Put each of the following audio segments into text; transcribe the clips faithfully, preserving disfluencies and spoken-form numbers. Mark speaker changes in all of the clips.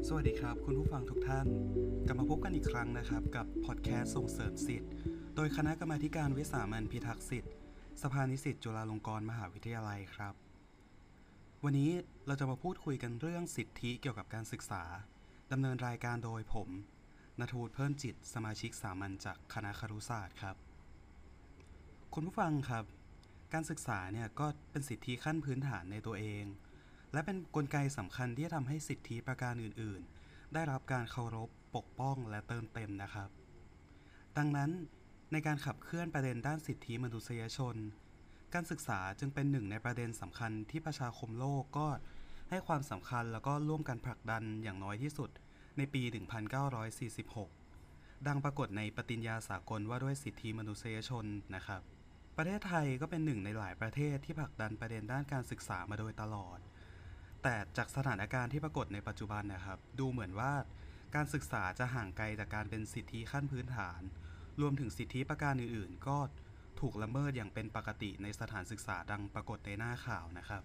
Speaker 1: สวัสดีครับคุณผู้ฟังทุกท่านกลับมาพบกันอีกครั้งนะครับกับพอดแคสต์ส่งเสริมสิทธิ์โดยคณะกรรมาธิการวิสามัญพิทักษ์สิทธิ์สภานิสิตจุฬาลงกรณ์มหาวิทยาลัยครับวันนี้เราจะมาพูดคุยกันเรื่องสิทธิเกี่ยวกับการศึกษาดำเนินรายการโดยผมณทูตเพิ่มจิตสมาชิกสามัญจากคณะครุศาสตร์ครับคุณผู้ฟังครับการศึกษาเนี่ยก็เป็นสิทธิขั้นพื้นฐานในตัวเองและเป็นกลไกสำคัญที่จะทำให้สิทธิประการอื่นๆได้รับการเคารพปกป้องและเติมเต็มนะครับดังนั้นในการขับเคลื่อนประเด็นด้านสิทธิมนุษยชนการศึกษาจึงเป็นหนึ่งในประเด็นสำคัญที่ประชาคมโลกก็ให้ความสำคัญแล้วก็ร่วมกันผลักดันอย่างน้อยที่สุดในปี หนึ่งพันเก้าร้อยสี่สิบหก ดังปรากฏในปฏิญญาสากลว่าด้วยสิทธิมนุษยชนนะครับ ประเทศไทยก็เป็นหนึ่งในหลายประเทศที่ผลักดันประเด็นด้านการศึกษามาโดยตลอด แต่จากสถานการณ์ที่ปรากฏในปัจจุบันนะครับดูเหมือนว่าการศึกษาจะห่างไกลจากการเป็นสิทธิขั้นพื้นฐานรวมถึงสิทธิประการอื่นๆก็ถูกละเมิดอย่างเป็นปกติในสถานศึกษาดังปรากฏในหน้าข่าวนะครับ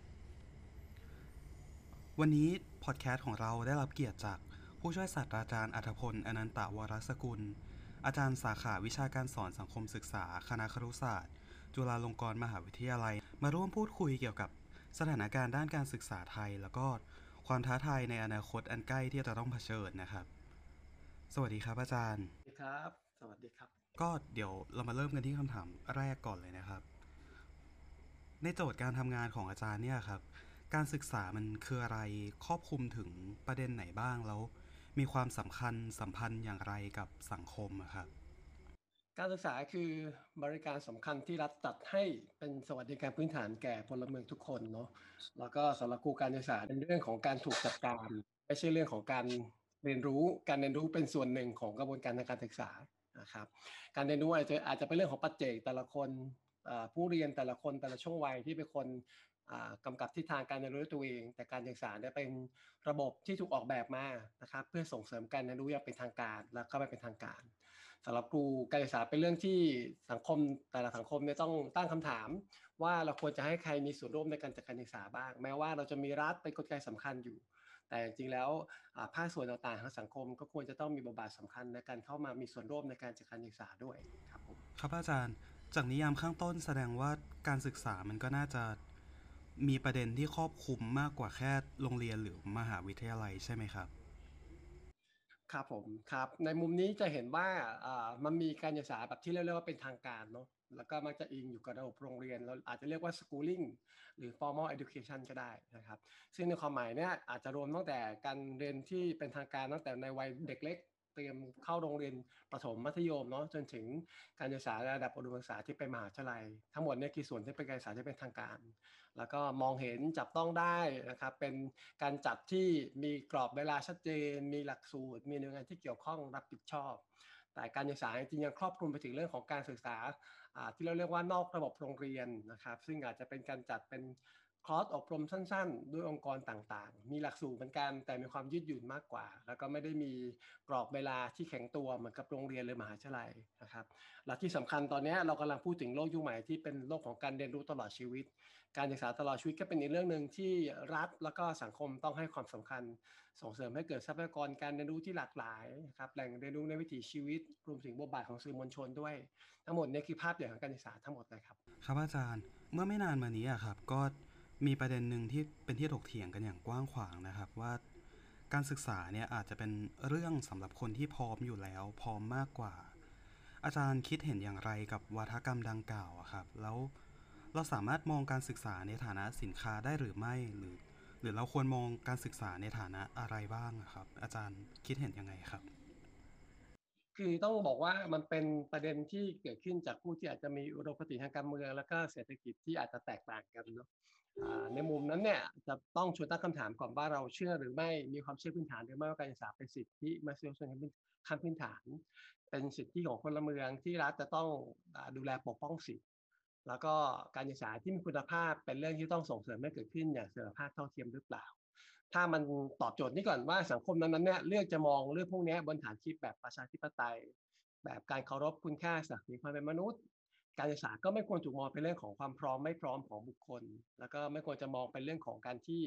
Speaker 1: วันนี้พอดแคสต์ของเราได้รับเกียรติจากผู้ช่วยศาสตราจารย์อัธพลอนันตวรสกุลอาจารย์สาขาวิชาการสอนสังคมศึกษาคณะครุศาสตร์จุฬาลงกรณ์มหาวิทยาลัยมาร่วมพูดคุยเกี่ยวกับสถานการณ์ด้านการศึกษาไทยแล้วก็ความท้าทายในอนาคตอันใกล้ที่จะต้องเผชิญนะครับสวัสดีครับอาจารย์
Speaker 2: สวัสดีครับสวัสดีครับ
Speaker 1: ก็เดี๋ยวเรามาเริ่มกันที่คำถามแรกก่อนเลยนะครับในโจทย์การทำงานของอาจารย์เนี่ยครับการศึกษามันคืออะไรครอบคลุมถึงประเด็นไหนบ้างแล้วมีความสำคัญสัมพันธ์อย่างไรกับสังคมอะครับ
Speaker 2: การศึกษาคือบริการสำคัญที่รัฐจัดให้เป็นสวัสดิการพื้นฐานแก่พลเมืองทุกคนเนาะแล้วก็สำหรับครูการศึกษาเป็นเรื่องของการถูกจัดการไม่ใช่เรื่องของการเรียนรู้การเรียนรู้เป็นส่วนหนึ่งของกระบวนการทางการศึกษานะครับการเรียนรู้อาจจะอาจจะเป็นเรื่องของปัจเจกแต่ละคนผู้เรียนแต่ละคนแต่ละช่วงวัยที่เป็นคนกำกับทิศทางการเรียนรู้ตัวเองแต่การศึกษาเนี่ยเป็นระบบที่ถูกออกแบบมานะครับเพื่อส่งเสริมการเรียนรู้อย่างเป็นทางการและก็ไม่เป็นทางการสำหรับครูการศึกษาเป็นเรื่องที่สังคมแต่ละสังคมเนี่ยต้องตั้งคำถามว่าเราควรจะให้ใครมีส่วนร่วมในการจัดการศึกษาบ้างแม้ว่าเราจะมีรัฐเป็นกลไกสำคัญอยู่แต่จริงๆแล้วภาคส่วนต่างๆทางสังคมก็ควรจะต้องมีบทบาทสำคัญในการเข้ามามีส่วนร่วมในการจัดการศึกษาด้วยครับผม
Speaker 1: ครับอาจารย์จากนิยามข้างต้นแสดงว่าการศึกษามันก็น่าจะมีประเด็นที่ครอบคลุมมากกว่าแค่โรงเรียนหรือมหาวิทยาลัยใช่ไหมครับ
Speaker 2: ครับผมครับในมุมนี้จะเห็นว่ามันมีการศึกษาแบบที่เรียกว่าเป็นทางการเนาะแล้วก็มักจะอิงอยู่กับระบบโรงเรียนเราอาจจะเรียกว่า schooling หรือ formal education ก็ได้นะครับซึ่งในความหมายเนี้ยอาจจะรวมตั้งแต่การเรียนที่เป็นทางการตั้งแต่ในวัยเด็กเล็กเตรียมเข้าโรงเรียนประถมมัธยมเนาะจนถึงการศึกษาระดับอุดมศึกษาที่เป็นมหาวิทยาลัยทั้งหมดเนี่ยคือส่วนที่เป็นการศึกษาที่เป็นทางการแล้วก็มองเห็นจับต้องได้นะครับเป็นการจัดที่มีกรอบเวลาชัดเจนมีหลักสูตรมีหน่วยงานที่เกี่ยวข้องรับผิดชอบแต่การศึกษาจริงๆยังครอบคลุมไปถึงเรื่องของการศึกษาที่เราเรียกว่านอกระบบโรงเรียนนะครับซึ่งอาจจะเป็นการจัดเป็นคอร์สอบรมสั้นๆด้วยองค์กรต่างๆมีหลักสูตรเหมือนกันแต่มีความยืดหยุ่นมากกว่าแล้วก็ไม่ได้มีกรอบเวลาที่แข็งตัวเหมือนกับโรงเรียนหรือมหาวิทยาลัยนะครับและที่สำคัญตอนนี้เรากำลังพูดถึงโลกยุคใหม่ที่เป็นโลกของการเรียนรู้ตลอดชีวิตการศึกษาตลอดชีวิตก็เป็นอีกเรื่องหนึ่งที่รัฐแล้วก็สังคมต้องให้ความสำคัญส่งเสริมให้เกิดทรัพยากรการเรียนรู้ที่หลากหลายนะครับแหล่งเรียนรู้ในวิถีชีวิตรวมถึงบทบาทของสื่อมวลชนด้วยทั้งหมดนี้คือภาพใหญ่ของการศึกษาทั้งหมดเลยครับ
Speaker 1: ครับอาจารย์เมื่อไม่นานมานี้อะครับก็มีประเด็นหนึ่งที่เป็นที่ถกเถียงกันอย่างกว้างขวางนะครับว่าการศึกษาเนี่ยอาจจะเป็นเรื่องสำหรับคนที่พร้อมอยู่แล้วพร้อมมากกว่าอาจารย์คิดเห็นอย่างไรกับวาทกรรมดังกล่าวอะครับแล้วเราสามารถมองการศึกษาในฐานะสินค้าได้หรือไม่หรือหรือเราควรมองการศึกษาในฐานะอะไรบ้างครับอาจารย์คิดเห็นยังไงครับ
Speaker 2: คือต้องบอกว่ามันเป็นประเด็นที่เกิดขึ้นจากผู้ที่อาจจะมีอุดมคติทางการเมืองแล้วก็เศรษฐกิจที่อาจจะแตกต่างกันเนาะในมุมนั้นเนี่ยจะต้องชวนตั้งคำถามก่อนว่าเราเชื่อหรือไม่มีความเชื่อพื้นฐานหรือไม่ว่าการศึกษาเป็นสิทธิมนุษยชนขั้นพื้นฐานเป็นสิทธิของพลเมืองที่รัฐจะต้องดูแลปกป้องสิทธิแล้วก็การศึกษาที่มีคุณภาพเป็นเรื่องที่ต้องส่งเสริมให้เกิดขึ้นอย่างเสมอภาคเท่าเทียมหรือเปล่า ถ้ามันตอบโจทย์นี้ก่อนว่าสังคมนั้นๆเนี่ยเลือกจะมองเรื่องพวกนี้บนฐานคิดแบบประชาธิปไตยแบบการเคารพคุณค่าศักดิ์ศรีความเป็นมนุษย์การศึกษาก็ไม่ควรถูกมองเป็นเรื่องของความพร้อมไม่พร้อมของบุคคลแล้วก็ไม่ควรจะมองเป็นเรื่องของการที่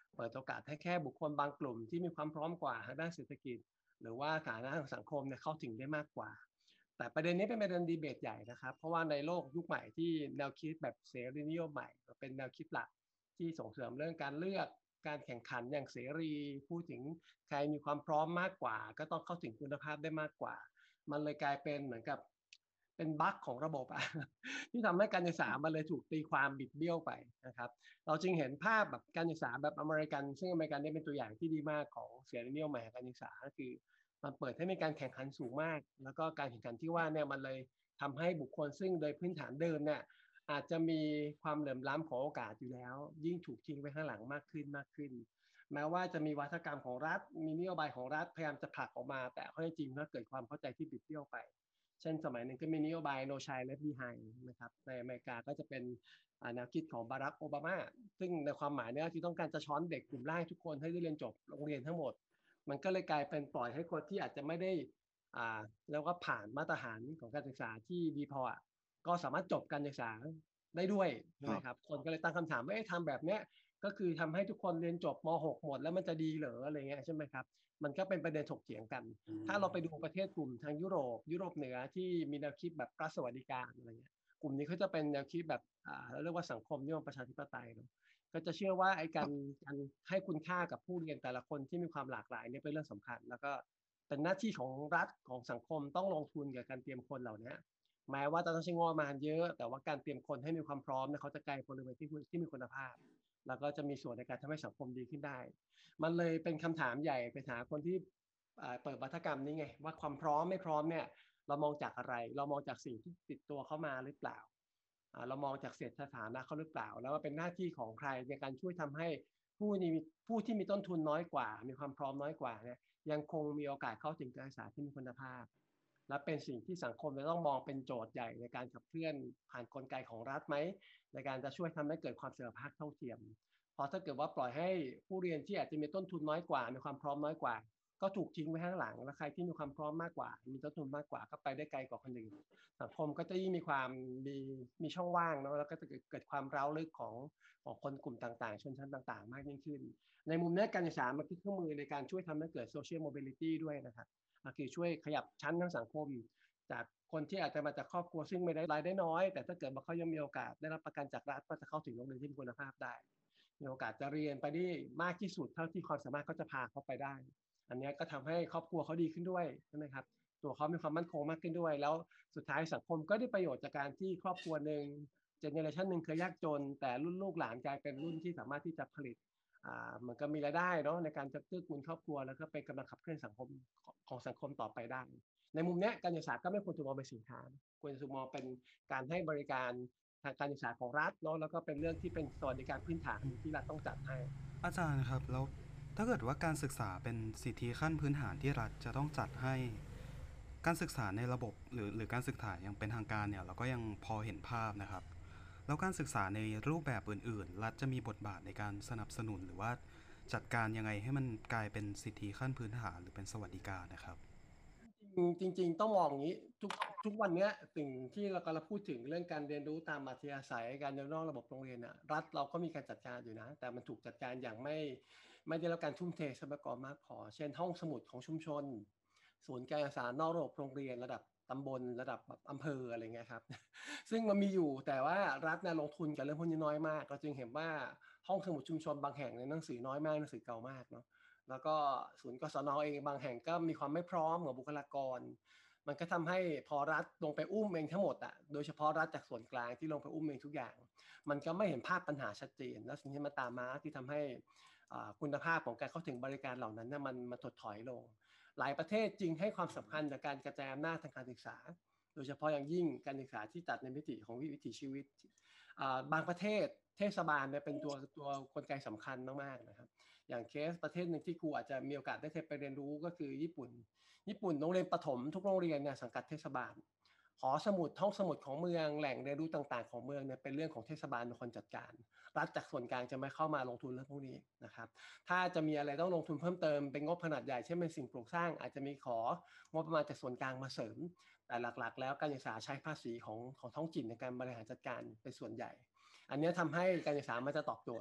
Speaker 2: เปิดโอกาสให้แค่บุคคลบางกลุ่มที่มีความพร้อมกว่าทางด้านเศรษฐกิจหรือว่าฐานะทางสังคมเนี่ยเข้าถึงได้มากกว่าแต่ประเด็นนี้เป็นประเด็นดีเบตใหญ่นะครับเพราะว่าในโลกยุคใหม่ที่แนวคิดแบบเสรีนิยมใหม่เป็นแนวคิดหลักที่ส่งเสริมเรื่องการเลือกการแข่งขันอย่างเสรีพูดถึงใครมีความพร้อมมากกว่าก็ต้องเข้าถึงคุณภาพได้มากกว่ามันเลยกลายเป็นเหมือนกับเป็นบั๊กของระบบอะ ที่ทำให้การศึกษามันเลยถูกตีความบิดเบี้ยวไปนะครับเราจึงเห็นภาพแบบการศึกษาแบบอเมริกันซึ่งอเมริกันนี่เป็นตัวอย่างที่ดีมากของเสรีนิยมใหม่ของการศึกษาก็คือมันเปิดให้มีการแข่งขันสูงมากแล้วก็การแข่งขันที่ว่าเนี่ยมันเลยทำให้บุคคลซึ่งโดยพื้นฐานเดิมเนี่ยอาจจะมีความเหลื่อมล้ำของโอกาสอยู่แล้วยิ่งถูกทิ้งไว้ข้างหลังมากขึ้นมากขึ้นแม้ว่าจะมีวัฒกรรมของรัฐมีนโยบายของรัฐพยายามจะผลักออกมาแต่ข้อเท็จจริงก็เกิดความเข้าใจที่บิดเบี้ยวไปเช่นสมัยหนึ่งก็มีนโยบาย No Child Left Behind นะครับในอเมริกาก็จะเป็นแนวคิดของบารักโอบามาซึ่งในความหมายเนี่ยคือต้องการจะช้อนเด็กกลุ่มแรกทุกคนให้ได้เรียนจบโรงเรียนทั้งหมดมันก็เลยกลายเป็นปล่อยให้คนที่อาจจะไม่ได้อ่าแล้วก็ผ่านมาตรฐานของการศึกษาที่ดีพออ่ะก็สามารถจบการศึกษาได้ด้วยใช่ไหมครับคนก็เลยตั้งคำถามว่าทำแบบเนี้ยก็คือทำให้ทุกคนเรียนจบม หก หมดแล้วมันจะดีเหรออะไรเงี้ยใช่ไหมครับมันก็เป็นประเด็นถกเถียงกัน ถ้าเราไปดูประเทศกลุ่มทางยุโรปยุโรปเหนือที่มีแนวคิดแบบรัฐสวัสดิการอะไรเงี้ยกลุ่มนี้เขาจะเป็นแนวคิดแบบอ่าเราเรียกว่าสังคมนิยมประชาธิปไตยเนาะก็จะเชื่อว่าไอ้การการให้คุณค่ากับผู้เรียนแต่ละคนที่มีความหลากหลายเนี่ยเป็นเรื่องสำคัญแล้วก็เป็นหน้าที่ของรัฐของสังคมต้องลงทุนกับการเตรียมคนเหล่านี้แม้ว่าจะต้องใช้งบประมาณเยอะแต่ว่าการเตรียมคนให้มีความพร้อมเนี่ยเขาจะกลายเป็นพลเมืองที่ที่มีคุณภาพแล้วก็จะมีส่วนในการทำให้สังคมดีขึ้นได้มันเลยเป็นคำถามใหญ่ไปหาคนที่เปิดวัฒกรรมนี้ไงว่าความพร้อมไม่พร้อมเนี่ยเรามองจากอะไรเรามองจากสิ่งที่ติดตัวเข้ามาหรือเปล่าเรามองจากเศรษฐฐานะเขาหรือเปล่าแล้วว่าเป็นหน้าที่ของใครในการช่วยทำให้ผู้นี้ผู้ที่มีต้นทุนน้อยกว่ามีความพร้อมน้อยกว่าเนี่ยยังคงมีโอกาสเข้าถึงการศึกษาที่มีคุณภาพและเป็นสิ่งที่สังคมจะต้องมองเป็นโจทย์ใหญ่ในการขับเคลื่อนผ่านกลไกของรัฐไหมในการจะช่วยทำให้เกิดความเสมอภาคเท่าเทียมเพราะถ้าเกิดว่าปล่อยให้ผู้เรียนที่อาจจะมีต้นทุนน้อยกว่ามีความพร้อมน้อยกว่าก็ถูกทิ้งไว้ข้างหลังแล้วใครที่มีความพร้อมมากกว่ามีต้นทุนมากกว่าก็ไปได้ไกลกว่าคนอื่นสังคมก็จะยิ่งมีความมีมีช่องว่างเนาะแล้วก็จะเกิดความร้าวลึกของของคนกลุ่มต่างๆชนชั้นต่างๆมากยิ่งขึ้นในมุมนี้การศึกษามันคือเครื่องมือในการช่วยทำให้เกิด social mobility ด้วยนะครับคือช่วยขยับชั้นทางสังคมจากคนที่อาจจะมาจากครอบครัวซึ่งไม่ได้รายได้น้อยแต่ถ้าเกิดว่าเขายังมีโอกาสได้รับประกันจากรัฐก็จะเข้าถึงโรงเรียนที่มีคุณภาพได้มีโอกาสจะเรียนไปได้มากที่สุดเท่าที่ความสามารถเขาจะพาเขาไปได้อันนี้ก็ทำให้ครอบครัวเขาดีขึ้นด้วยใช่ไหมครับตัวเขามีความมั่นคงมากขึ้นด้วยแล้วสุดท้ายสังคมก็ได้ประโยชน์จากการที่ครอบครัวหนึ่งเจเนอเรชันหนึ่งเคยยากจนแต่รุ่นลูกหลานกลายเป็นรุ่นที่สามารถที่จะผลิตอ่ามันก็มีรายได้เนาะในการจะเกื้อกูลครอบครัวแล้วก็เป็นกำลังขับเคลื่อนสังคมของสังคมต่อไปได้ในมุมนี้การศึกษาก็ไม่ควรถูกมองเป็นสินค้าควรถูกมองเป็นการให้บริการทางการศึกษาของรัฐเนาะแล้วก็เป็นเรื่องที่เป็นสวัสดิการพื้นฐานที่รัฐต้องจัดให้
Speaker 1: อาจารย์ครับแล้วถ้าเกิดว่าการศึกษาเป็นสิทธิขั้นพื้นฐานที่รัฐจะต้องจัดให้การศึกษาในระบบหรือหรือการศึกษาอย่างเป็นทางการเนี่ยเราก็ยังพอเห็นภาพนะครับแล้วการศึกษาในรูปแบบอื่นๆรัฐจะมีบทบาทในการสนับสนุนหรือว่าจัดการยังไงให้มันกลายเป็นสิทธิขั้นพื้นฐานหรือเป็นสวัสดิการนะครับ
Speaker 2: จริงๆต้องมองอย่างนี้ทุกทุกวันนี้สิ่งที่เรากำลังพูดถึงเรื่องการเรียนรู้ตามอัธยาศัยการเรียนนอกระบบโรงเรียนน่ะรัฐเราก็มีการจัดการอยู่นะแต่มันถูกจัดการอย่างไม่ไม่ได้รับการทุ่มเททรัพยากรมากพอเช่นห้องสมุดของชุมชนศูนย์การศึกษานอกระบบโรงเรียนระดับตำบลระดับแบบอำเภออะไรเงี้ยครับซึ่งมันมีอยู่แต่ว่ารัฐเนี่ยลงทุนกับเรื่องพวกนี้น้อยมากเราจึงเห็นว่าห้องสมุดชุมชนบางแห่งในหนังสือน้อยมากหนังสือเก่ามากเนาะแล้วก็ศูนย์กศนเองบางแห่งก็มีความไม่พร้อมของบุคลากรมันก็ทำให้พอรัฐลงไปอุ้มเองทั้งหมดอ่ะโดยเฉพาะรัฐจากส่วนกลางที่ลงไปอุ้มเองทุกอย่างมันก็ไม่เห็นภาพปัญหาชัดเจนแล้วสิ่งที่มาตามมาที่ทำให้คุณภาพของการเข้าถึงบริการเหล่านั้นเนี่ยมันมันถดถอยลงหลายประเทศจึงให้ความสำคัญกับการกระจายอำนาจทางการศึกษาโดยเฉพาะอย่างยิ่งการศึกษาที่จัดในมิติของวิถีชีวิตบางประเทศเทศบาลเนี่ยเป็นตัวตัวกลไกสำคัญมากๆนะครับอย่างเคสประเทศหนึ่งที่ครูอาจจะมีโอกาสได้ไปเรียนรู้ก็คือญี่ปุ่นญี่ปุ่นโรงเรียนประถมทุกโรงเรียนเนี่ยสังกัดเทศบาลหอสมุดห้องสมุดของเมืองแหล่งเรียนรู้ต่างๆของเมืองเนี่ยเป็นเรื่องของเทศบาลเป็นคนจัดการรัฐจากส่วนกลางจะไม่เข้ามาลงทุนเรื่องพวกนี้นะครับถ้าจะมีอะไรต้องลงทุนเพิ่มเติมเป็นงบขนาดใหญ่เช่นเป็นสิ่งปลูกสร้างอาจจะมีของบประมาณจากส่วนกลางมาเสริมแต่หลักๆแล้วการศึกษาใช้ภาษีของของท้องถิ่นในการบริหารจัดการเป็นส่วนใหญ่อันนี้ทำให้การศึกษามันจะตอบโจทย์ค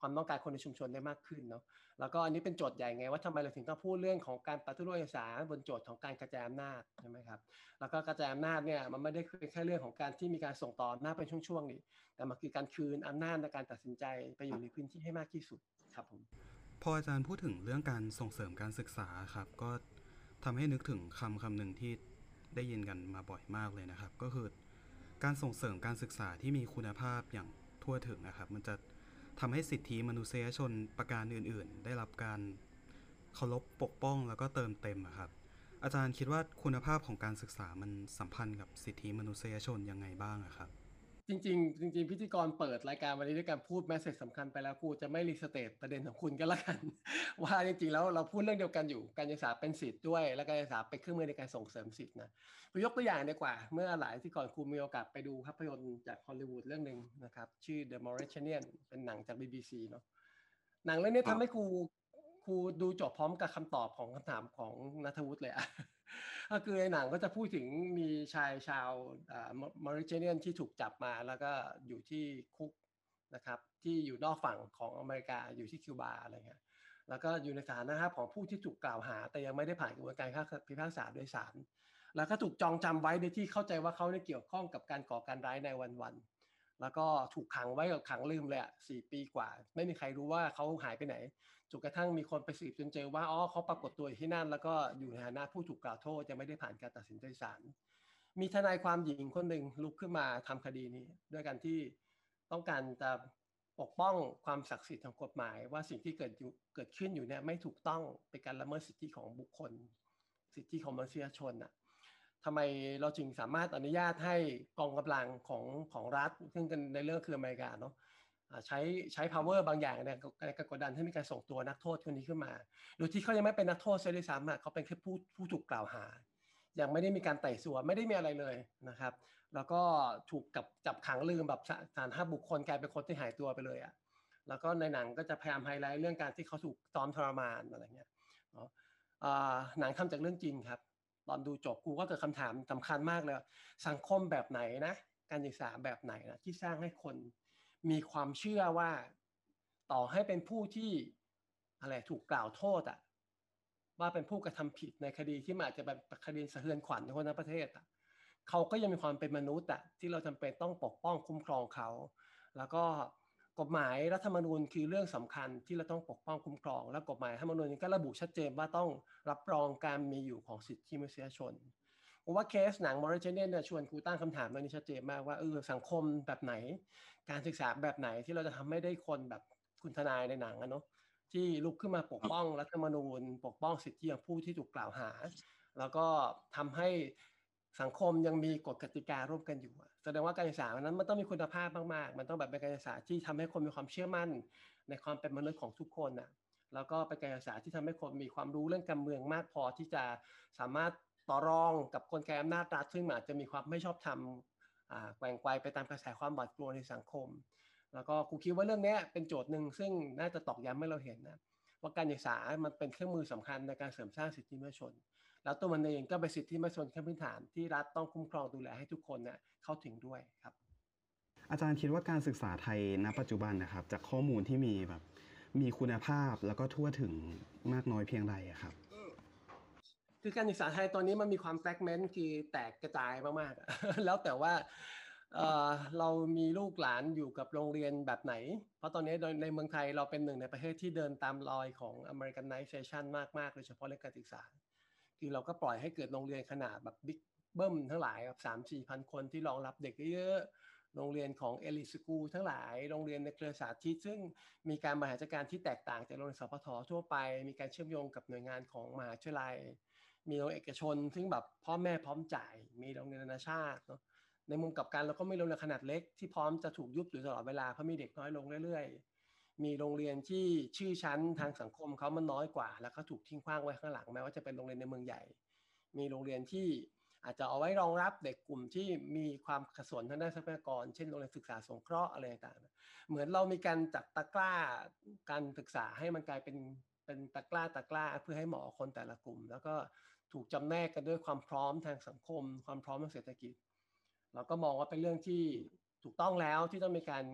Speaker 2: ความต้องการคนในชุมชนได้มากขึ้นเนาะแล้วก็อันนี้เป็นโจทย์ใหญ่ไงว่าทำไมเราถึงต้องพูดเรื่องของการปฏิรูปการศึกษาบนโจทย์ของการกระจายอำนาจใช่ไหมครับแล้วก็กระจายอำนาจเนี่ยมันไม่ได้เป็นแค่เรื่องของการที่มีการส่งต่ออำนาจเป็นช่วงๆนี่แต่มันคือการคืนอำนาจในการตัดสินใจไปอยู่ในพื้นที่ให้มากที่สุดครับผม
Speaker 1: พออาจารย์พูดถึงเรื่องการส่งเสริมการศึกษาครับก็ทำให้นึกถึงคำคำหนึ่งที่ได้ยินกันมาบ่อยมากเลยนะครับก็คือการส่งเสริมการศึกษาที่มีคุณภาพอย่างทั่วถึงนะครับมันจะทำให้สิทธิมนุษยชนประการอื่นๆได้รับการเคารพปกป้องแล้วก็เติมเต็มครับอาจารย์คิดว่าคุณภาพของการศึกษามันสัมพันธ์กับสิทธิมนุษยชนยังไงบ้างครับ
Speaker 2: จริงๆจริงๆพิธีกรเปิดรายการวันนี้ด้วยการพูดแมสเสจสำคัญไปแล้วกูจะไม่รีสเตทประเด็นของคุณก็แล้วกันว่าจริงๆแล้วเราพูดเรื่องเดียวกันอยู่การศึกษาเป็นสิทธิ์ด้วยและการศึกษาเป็นเครื่องมือในการส่งเสริมสิทธินะยกตัวอย่างดีกว่าเมื่อหลายที่ก่อนครูมีโอกาสไปดูภาพยนตร์จากฮอลลีวูดเรื่องหนึ่งนะครับชื่อ The Mauritanian เป็นหนังจาก บี บี ซี เนาะหนังเรื่องนี้ทำให้ครูครูดูจบพร้อมกับคำตอบของคำถามของณัฐวุฒิเลยอะ ก็คือในหนังก็จะพูดถึงมีชายชาวมอริเจเนียนที่ถูกจับมาแล้วก็อยู่ที่คุกนะครับที่อยู่นอกฝั่งของอเมริกาอยู่ที่คิวบาอะไรเงี้ยแล้วก็อยู่ในฐานะครับของผู้ที่ถูกกล่าวหาแต่ยังไม่ได้ผ่านกระบวนการพิพากษาโดยศาลแล้วก็ถูกจองจำไว้โดยที่เข้าใจว่าเขาได้เกี่ยวข้องกับการก่อการร้ายในวันๆแล้วก็ถูกขังไว้กับขังลืมเลยอ่ะสี่ปีกว่าไม่มีใครรู้ว่าเขาหายไปไหนจนกระทั่งมีคนไปสืบจนเจอว่าอ๋อเขาปรากฏตัวอยู่ที่นั่นแล้วก็อยู่ในฐานะผู้ถูกกล่าวโทษยังไม่ได้ผ่านการตัดสินโดยศาลมีทนายความหญิงคนหนึ่งลุกขึ้นมาทำคดีนี้ด้วยกันที่ต้องการจะปกป้องความศักดิ์สิทธิ์ของกฎหมายว่าสิ่งที่เกิดเกิดขึ้นอยู่เนี่ยไม่ถูกต้องเป็นการละเมิดสิทธิของบุคคลสิทธิของมนุษยชนอ่ะทำไมเราจึงสามารถอนุญาตให้กองกำลังของของรัฐซึ่งในเรื่องคืออเมริกาเนาะใช้ใช้ power บางอย่างในการกดดันให้มีการส่งตัวนักโทษคนนี้ขึ้นมาโดยที่เขายังไม่เป็นนักโทษเสียด้วยซ้ำเขาเป็นแค่ผู้ผู้ถูกกล่าวหายังไม่ได้มีการไต่สวนไม่ได้มีอะไรเลยนะครับแล้วก็ถูกกับจับขังลืมแบบสารห้าบุคคลกลายเป็นคนที่หายตัวไปเลยอ่ะแล้วก็ในหนังก็จะพยายามไฮไลท์เรื่องการที่เขาถูกซ้อมทรมานอะไรเงี้ยเนาะหนังทำจากเรื่องจริงครับตอนดูจบกูก็เกิดคำถามสำคัญมากเลยสังคมแบบไหนนะการศึกษาแบบไหนนะที่สร้างให้คนมีความเชื่อว่าต่อให้เป็นผู้ที่อะไรถูกกล่าวโทษอ่ะว่าเป็นผู้กระทำผิดในคดีที่มันอาจจะเป็นคดีสะเทือนขวัญในคนทั้งประเทศอ่ะเขาก็ยังมีความเป็นมนุษย์อ่ะที่เราจำเป็นต้องปกป้องคุ้มครองเขาแล้วก็กฎหมายรัฐธรรมนูญคือเรื่องสำคัญที่เราต้องปกป้องคุ้มครองและกฎหมายรัฐธรรมนูญก็ระบุชัดเจนว่าต้องรับรองการมีอยู่ของสิทธิมนุษยชนผมว่าเคสหนังมอริเจเนียนเนี่ยชวนกูตั้งคำถามเรื่องนี้ชัดเจนมากว่าเออสังคมแบบไหนการศึกษาแบบไหนที่เราจะทำให้ได้คนแบบคุณทนายในหนังอะเนาะที่ลุกขึ้นมาปกป้องรัฐธรรมนูญปกป้องสิทธิของผู้ที่ถูกกล่าวหาแล้วก็ทำให้สังคมยังมีกฎกติการ่วมกันอยู่แสดงว่าการศึกษานั้นมันต้องมีคุณภาพมากๆมันต้องแบบเป็นการศึกษาที่ทำให้คนมีความเชื่อมั่นในความเป็นมนุษย์ของทุกคนน่ะแล้วก็เป็นการศึกษาที่ทำให้คนมีความรู้เรื่องการเมืองมากพอที่จะสามารถต่อรองกับกลไกอำนาจรัฐซึ่งอาจจะมีความไม่ชอบธรรมแกว่งไกวไปตามกระแสความหวาดกลัวในสังคมแล้วก็ครูคิดว่าเรื่องนี้เป็นโจทย์หนึ่งซึ่งน่าจะตอกย้ำให้เราเห็นนะว่าการศึกษามันเป็นเครื่องมือสำคัญในการเสริมสร้างสิทธิมนุษยชนแล้วตัวมันเองก็เป็นสิทธิมนุษยชนขั้นพื้นฐานที่รัฐต้องคุ้มครองดูแลให้ทุกคนเนี่ยเข้าถึงด้วยครับ
Speaker 1: อาจารย์คิดว่าการศึกษาไทยณปัจจุบันนะครับจากข้อมูลที่มีแบบมีคุณภาพแล้วก็ทั่วถึงมากน้อยเพียงใดครับ
Speaker 2: คือการศึกษาไทยตอนนี้มันมีความแฟกเมนต์คือแตกกระจายมากๆ แล้วแต่ว่าเเรามีลูกหลานอยู่กับโรงเรียนแบบไหน เพราะตอนนี้ในเมืองไทยเราเป็นหนึ่งในประเทศที่เดินตามรอยของ Americanization มากๆโดยเฉพาะเรื่องการศึกษาคือเราก็ปล่อยให้เกิดโรงเรียนขนาดแบบบิ๊กเบิ้มทั้งหลายแบบสามสี่พันคนที่รองรับเด็กเยอะโรงเรียนของเอลิสกูทั้งหลายโรงเรียนในเครือสาธิตซึ่งมีการบริหารจัดการที่แตกต่างจากโรงเรียนสพททั่วไปมีการเชื่อมโยงกับหน่วยงานของมหาวิทยาลัยมีโรงเรียนเอกชนซึ่งแบบพ่อแม่พร้อมจ่ายมีโรงเรียนนานาชาติเนาะในมุมกลับกันเราก็มีโรงเรียนขนาดเล็กที่พร้อมจะถูกยุบอยู่ตลอดเวลาเพราะมีเด็กน้อยลงเรื่อยๆมีโรงเรียนที่ชื่อชั้นทางสังคมเขามันน้อยกว่าแล้วก็ถูกทิ้งขว้างไว้ข้างหลังแม้ว่าจะเป็นโรงเรียนในเมืองใหญ่มีโรงเรียนที่อาจจะเอาไว้รองรับเด็กกลุ่มที่มีความขสนทางด้านทรัพยากรเช่นโรงเรียนศึกษาสงเคราะห์อะไรต่างๆเหมือนเรามีการจัดตะกร้าการศึกษาให้มันกลายเป็นเป็นตะกร้าตะกร้าเพื่อให้เหมาะคนแต่ละกลุ่มแล้วก็ถูกจำแนกกันด้วยความพร้อมทางสังคมความพร้อมทางเศรษฐกิจเราก็มองว่าเป็นเรื่องที่ถูกต้องแล้วที่ต้องมีการ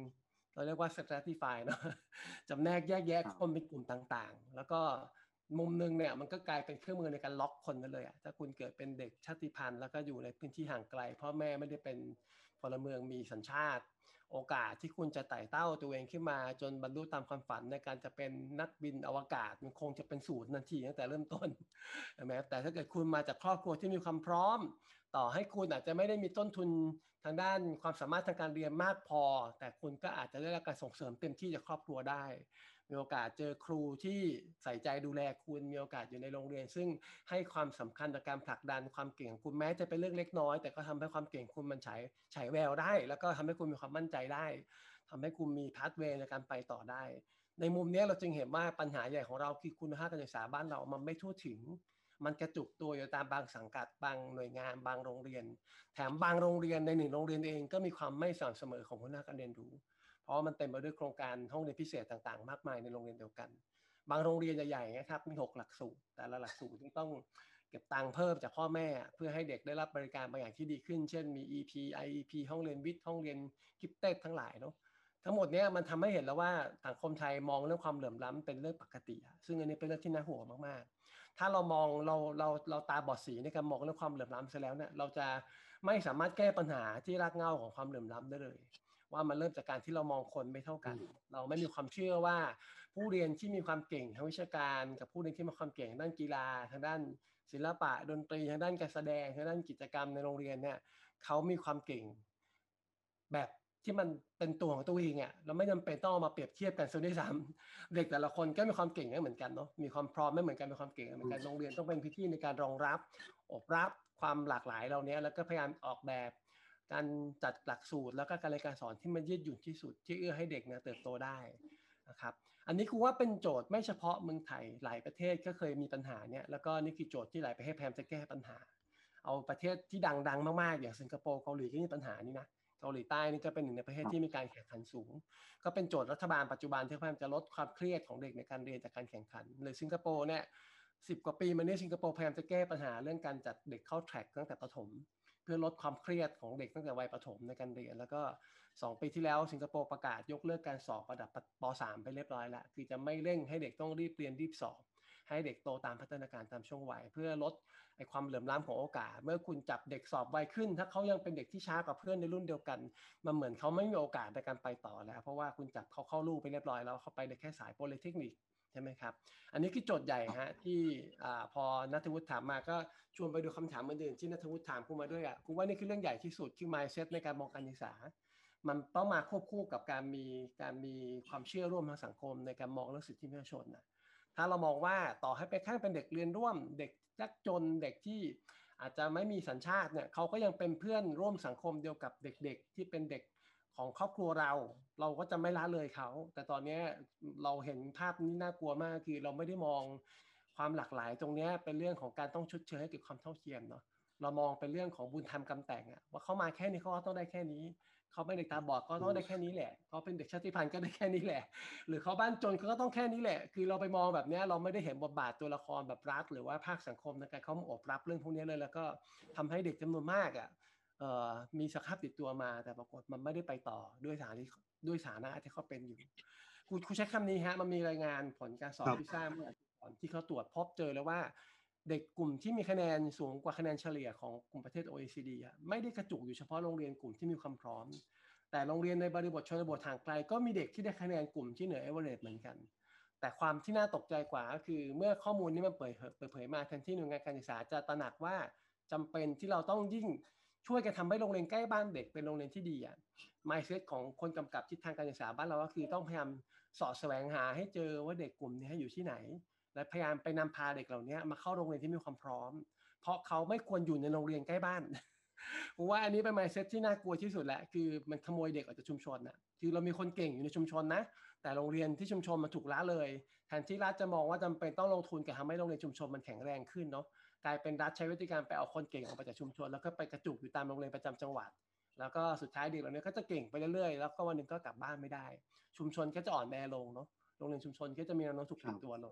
Speaker 2: เราเรียกว่า stratify เนาะ จำแนกแยกแยะคนเป็นกลุ่มต่างๆแล้วก็มุมหนึ่งเนี่ยมันก็กลายเป็นเครื่องมือในการล็อกคนไปเลยอ่ะถ้าคุณเกิดเป็นเด็กชาติพันธุ์แล้วก็อยู่ในพื้นที่ห่างไกลพ่อแม่ไม่ได้เป็นพลเมืองมีสัญชาติโอกาสที่คุณจะไต่เต้าตัวเองขึ้นมาจนบรรลุตามความฝันในการจะเป็นนักบินอวกาศมันคงจะเป็นศูนย์ทันทีตั้งแต่เริ่มต้นใช่ไหมแต่ถ้าเกิดคุณมาจากครอบครัวที่มีความพร้อมต่อให้คุณอาจจะไม่ได้มีต้นทุนทางด้านความสามารถทางการเรียนมากพอแต่คุณก็อาจจะได้รับการส่งเสริมเต็มที่จากครอบครัวได้มีโอกาสเจอครูที่ใส่ใจดูแลคุณมีโอกาสอยู่ในโรงเรียนซึ่งให้ความสำคัญต่อการผลักดันความเก่งของคุณแม้จะเป็นเรื่องเล็กน้อยแต่ก็ทำให้ความเก่งคุณมันฉายฉายแววได้แล้วก็ทำให้คุณมีความมั่นใจได้ทำให้คุณมีพาธเวย์ในการไปต่อได้ในมุมนี้เราจึงเห็นว่าปัญหาใหญ่ของเราคือคุณภาพการศึกษาบ้านเรามันไม่ทั่วถึงมันกระจุกตัวอยู่ตามบางสังกัดบางหน่วยงานบางโรงเรียนแถมบางโรงเรียนในหนึ่งโรงเรียนเองก็มีความไม่สม่ำเสมอของคุณภาพการเรียนรู้เพราะมันเต็มไปด้วยโครงการห้องเรียนพิเศษต่างๆมากมายในโรงเรียนเดียวกันบางโรงเรียนใหญ่ๆนะครับมีหกหลักสูตรแต่ละหลักสูตรที่ต้องเก็บตังค์เพิ่มจากพ่อแม่เพื่อให้เด็กได้รับบริการบางอย่างที่ดีขึ้นเช่นมี อี พี ไอ อี พี ห้องเรียนวิทย์ห้องเรียนกิฟเต็ดทั้งหลายเนาะทั้งหมดนี้มันทำให้เห็นแล้วว่าสังคมไทยมองเรื่องความเหลื่อมล้ำเป็นเรื่องปกติซึ่งอันนี้เป็นเรื่องที่น่าห่วงมากๆถ้าเรามองเราเราเราตาบอดสีในการมองเรื่องความเหลื่อมล้ำเสียแล้วเนี่ยเราจะไม่สามารถแก้ปัญหาที่รากเหง้าของความเหลื่อมล้ำได้เลยว่ามันเริ่มจากการที่เรามองคนไม่เท่ากันเราไม่มีความเชื่อว่าผู้เรียนที่มีความเก่งทางวิชาการกับผู้เรียนที่มีความเก่งทางด้านกีฬาทางด้านศิลปะดนตรีทางด้านการแสดงทางด้านกิจกรรมในโรงเรียนเนี่ยเขามีความเก่งแบบที่มันเป็นตัวของตัวเองอ่ะเราไม่จำเป็นต้องมาเปรียบเทียบกันซะด้วยซ้ำเด็กแต่ละคนก็มีความเก่งไม่เหมือนกันเนาะมีความพร้อมไม่เหมือนกันมีความเก่งไม่เหมือนกันโรงเรียนต้องเป็นพื้นที่ในการรองรับอบรับความหลากหลายเหล่านี้แล้วก็พยายามออกแบบการจัดหลักสูตรแล้วก็การเรียนการสอนที่มันยืดหยุ่นที่สุดที่เอื้อให้เด็กเนี่ยเติบโตได้นะครับอันนี้คือว่าเป็นโจทย์ไม่เฉพาะเมืองไทยหลายประเทศก็เคยมีปัญหาเนี่ยแล้วก็นี่คือโจทย์ที่หลายประเทศพยายามจะแก้ปัญหาเอาประเทศที่ดังๆมากๆอย่างสิงคโปร์เกาหลีก็มีปัญหานี้นะเกาหลีใต้นี่ก็เป็นหนึ่งในประเทศที่มีการแข่งขันสูงก็เป็นโจทย์รัฐบาลปัจจุบันที่พยายามจะลดความเครียดของเด็กในการเรียนจากการแข่งขันหรือสิงคโปร์เนี่ยสิบกว่าปีมานี้สิงคโปร์พยายามจะแก้ปัญหาเรื่องการจัดเด็กเข้าแทร็กตั้งแต่ประถมเพื่อลดความเครียดของเด็กตั้งแต่วัยประถมในการเรียนแล้วก็สองปีที่แล้วสิงคโปร์ประกาศยกเลิกการสอบระดับป .สาม ไปเรียบร้อยแล้วคือจะไม่เร่งให้เด็กต้องรีบเรียนรีบสอบให้เด็กโตตามพัฒนาการตามช่วงวัยเพื่อลดไอ้ความเหลื่อมล้ำของโอกาสเมื่อคุณจับเด็กสอบไวขึ้นถ้าเขายังเป็นเด็กที่ช้ากว่าเพื่อนในรุ่นเดียวกันมันเหมือนเขาไม่มีโอกาสในการไปต่อแล้วเพราะว่าคุณจับเขาเข้าลูกไปเรียบร้อยแล้วเขาไปได้แค่สายโพลิเทคนิคใช่ไหมครับอันนี้คือโจทย์ใหญ่ฮะที่อ่าพอณัฐวุฒิถามมาก็ชวนไปดูคำถามอื่นๆที่ณัฐวุฒิถามคุณมาด้วยอ่ะคุณว่านี่คือเรื่องใหญ่ที่สุดคือ mindset ในการมองการศึกษามันต้องมาควบคู่กับการมีการมีความเชื่อร่วมทางสังคมในการมองเรื่องสิทธิมนุษยชนนะถ้าเรามองว่าต่อให้ไปแค่เป็นเด็กเรียนร่วมเด็กยากจนเด็กที่อาจจะไม่มีสัญชาติเนี่ยเขาก็ยังเป็นเพื่อนร่วมสังคมเดียวกับเด็กๆที่เป็นเด็กของครอบครัวเราเราก็จะไม่ละเลยเขาแต่ตอนนี้เราเห็นภาพนี้น่ากลัวมากคือเราไม่ได้มองความหลากหลายตรงนี้เป็นเรื่องของการต้องชดเชยให้เกิดความเท่าเทียมเนาะเรามองเป็นเรื่องของบุญธรรมกรรมแต่งอะว่าเขามาแค่นี้เขาก็ต้องได้แค่นี้เขาเป็นเด็กตาบอดก็ต้องได้แค่นี้แหละเขาเป็นเด็กชาติพันธุ์ก็ได้แค่นี้แหละหรือเขาบ้านจนก็ต้องแค่นี้แหละคือเราไปมองแบบนี้เราไม่ได้เห็นบทบาทตัวละครแบบรัฐหรือว่าภาคสังคมในการเขามาอบรับเรื่องพวกนี้เลยแล้วก็ทำให้เด็กจำนวนมากอ่ะมีสภาพติดตัวมาแต่ปรากฏมันไม่ได้ไปต่อด้วยฐานะด้วยฐานะที่เขาเป็นอยู่ครูครูใช้คำนี้ฮะมันมีรายงานผลการสอบพิซซ่าเมื่อก่อนที่เขาตรวจพบเจอแล้วว่าเด็กกลุ่มที่มีคะแนนสูงกว่าคะแนนเฉลี่ยของกลุ่มประเทศ โอ อี ซี ดี อ่ะไม่ได้กระจุกอยู่เฉพาะโรงเรียนกลุ่มที่มีความพร้อมแต่โรงเรียนในบริบทชนบทห่างไกลก็มีเด็กที่ได้คะแนนกลุ่มที่เหนือเอเวอเรสต์เหมือนกันแต่ความที่น่าตกใจกว่าก็คือเมื่อข้อมูลนี้มันเปิดเปิดเผยมาแทนที่หน่วยงานการศึกษาจะตระหนักว่าจำเป็นที่เราต้องยิ่งช่วยกันทำให้โรงเรียนใกล้บ้านเด็กเป็นโรงเรียนที่ดีอ่ะ mindset ของคนกำกับทิศทางการศึกษาบ้านเราก็คือต้องพยายามสอดแสวงหาให้เจอว่าเด็กกลุ่มนี้อยู่ที่ไหนและพยายามไปนำพาเด็กเหล่านี้มาเข้าโรงเรียนที่มีความพร้อมเพราะเขาไม่ควรอยู่ในโรงเรียนใกล้บ้านผมว่าอันนี้เป็น mindset ที่น่ากลัวที่สุดแหละคือมันขโมยเด็กออกจากชุมชนน่ะคือเรามีคนเก่งอยู่ในชุมชนนะแต่โรงเรียนที่ชุมชนมันถูกละเลยแทนที่รัฐจะมองว่าจำเป็นต้องลงทุนกับทำให้โรงเรียนชุมชนมันแข็งแรงขึ้นเนาะกลายเป็นรัฐใช้วิธีการไปเอาคนเก่งออกไปจากชุมชนแล้วก็ไปกระจุกอยู่ตามโรงเรียนประจำจังหวัดแล้วก็สุดท้ายเด็กเหล่านี้ก็จะเก่งไปเรื่อยๆแล้วก็วันหนึ่งก็กลับบ้านไม่ได้ชุมชนก็จะอ่อนแอลงเนาะโรงเรียนชุมชนก็จะมีแนวโน้มถูกปิดตัวลง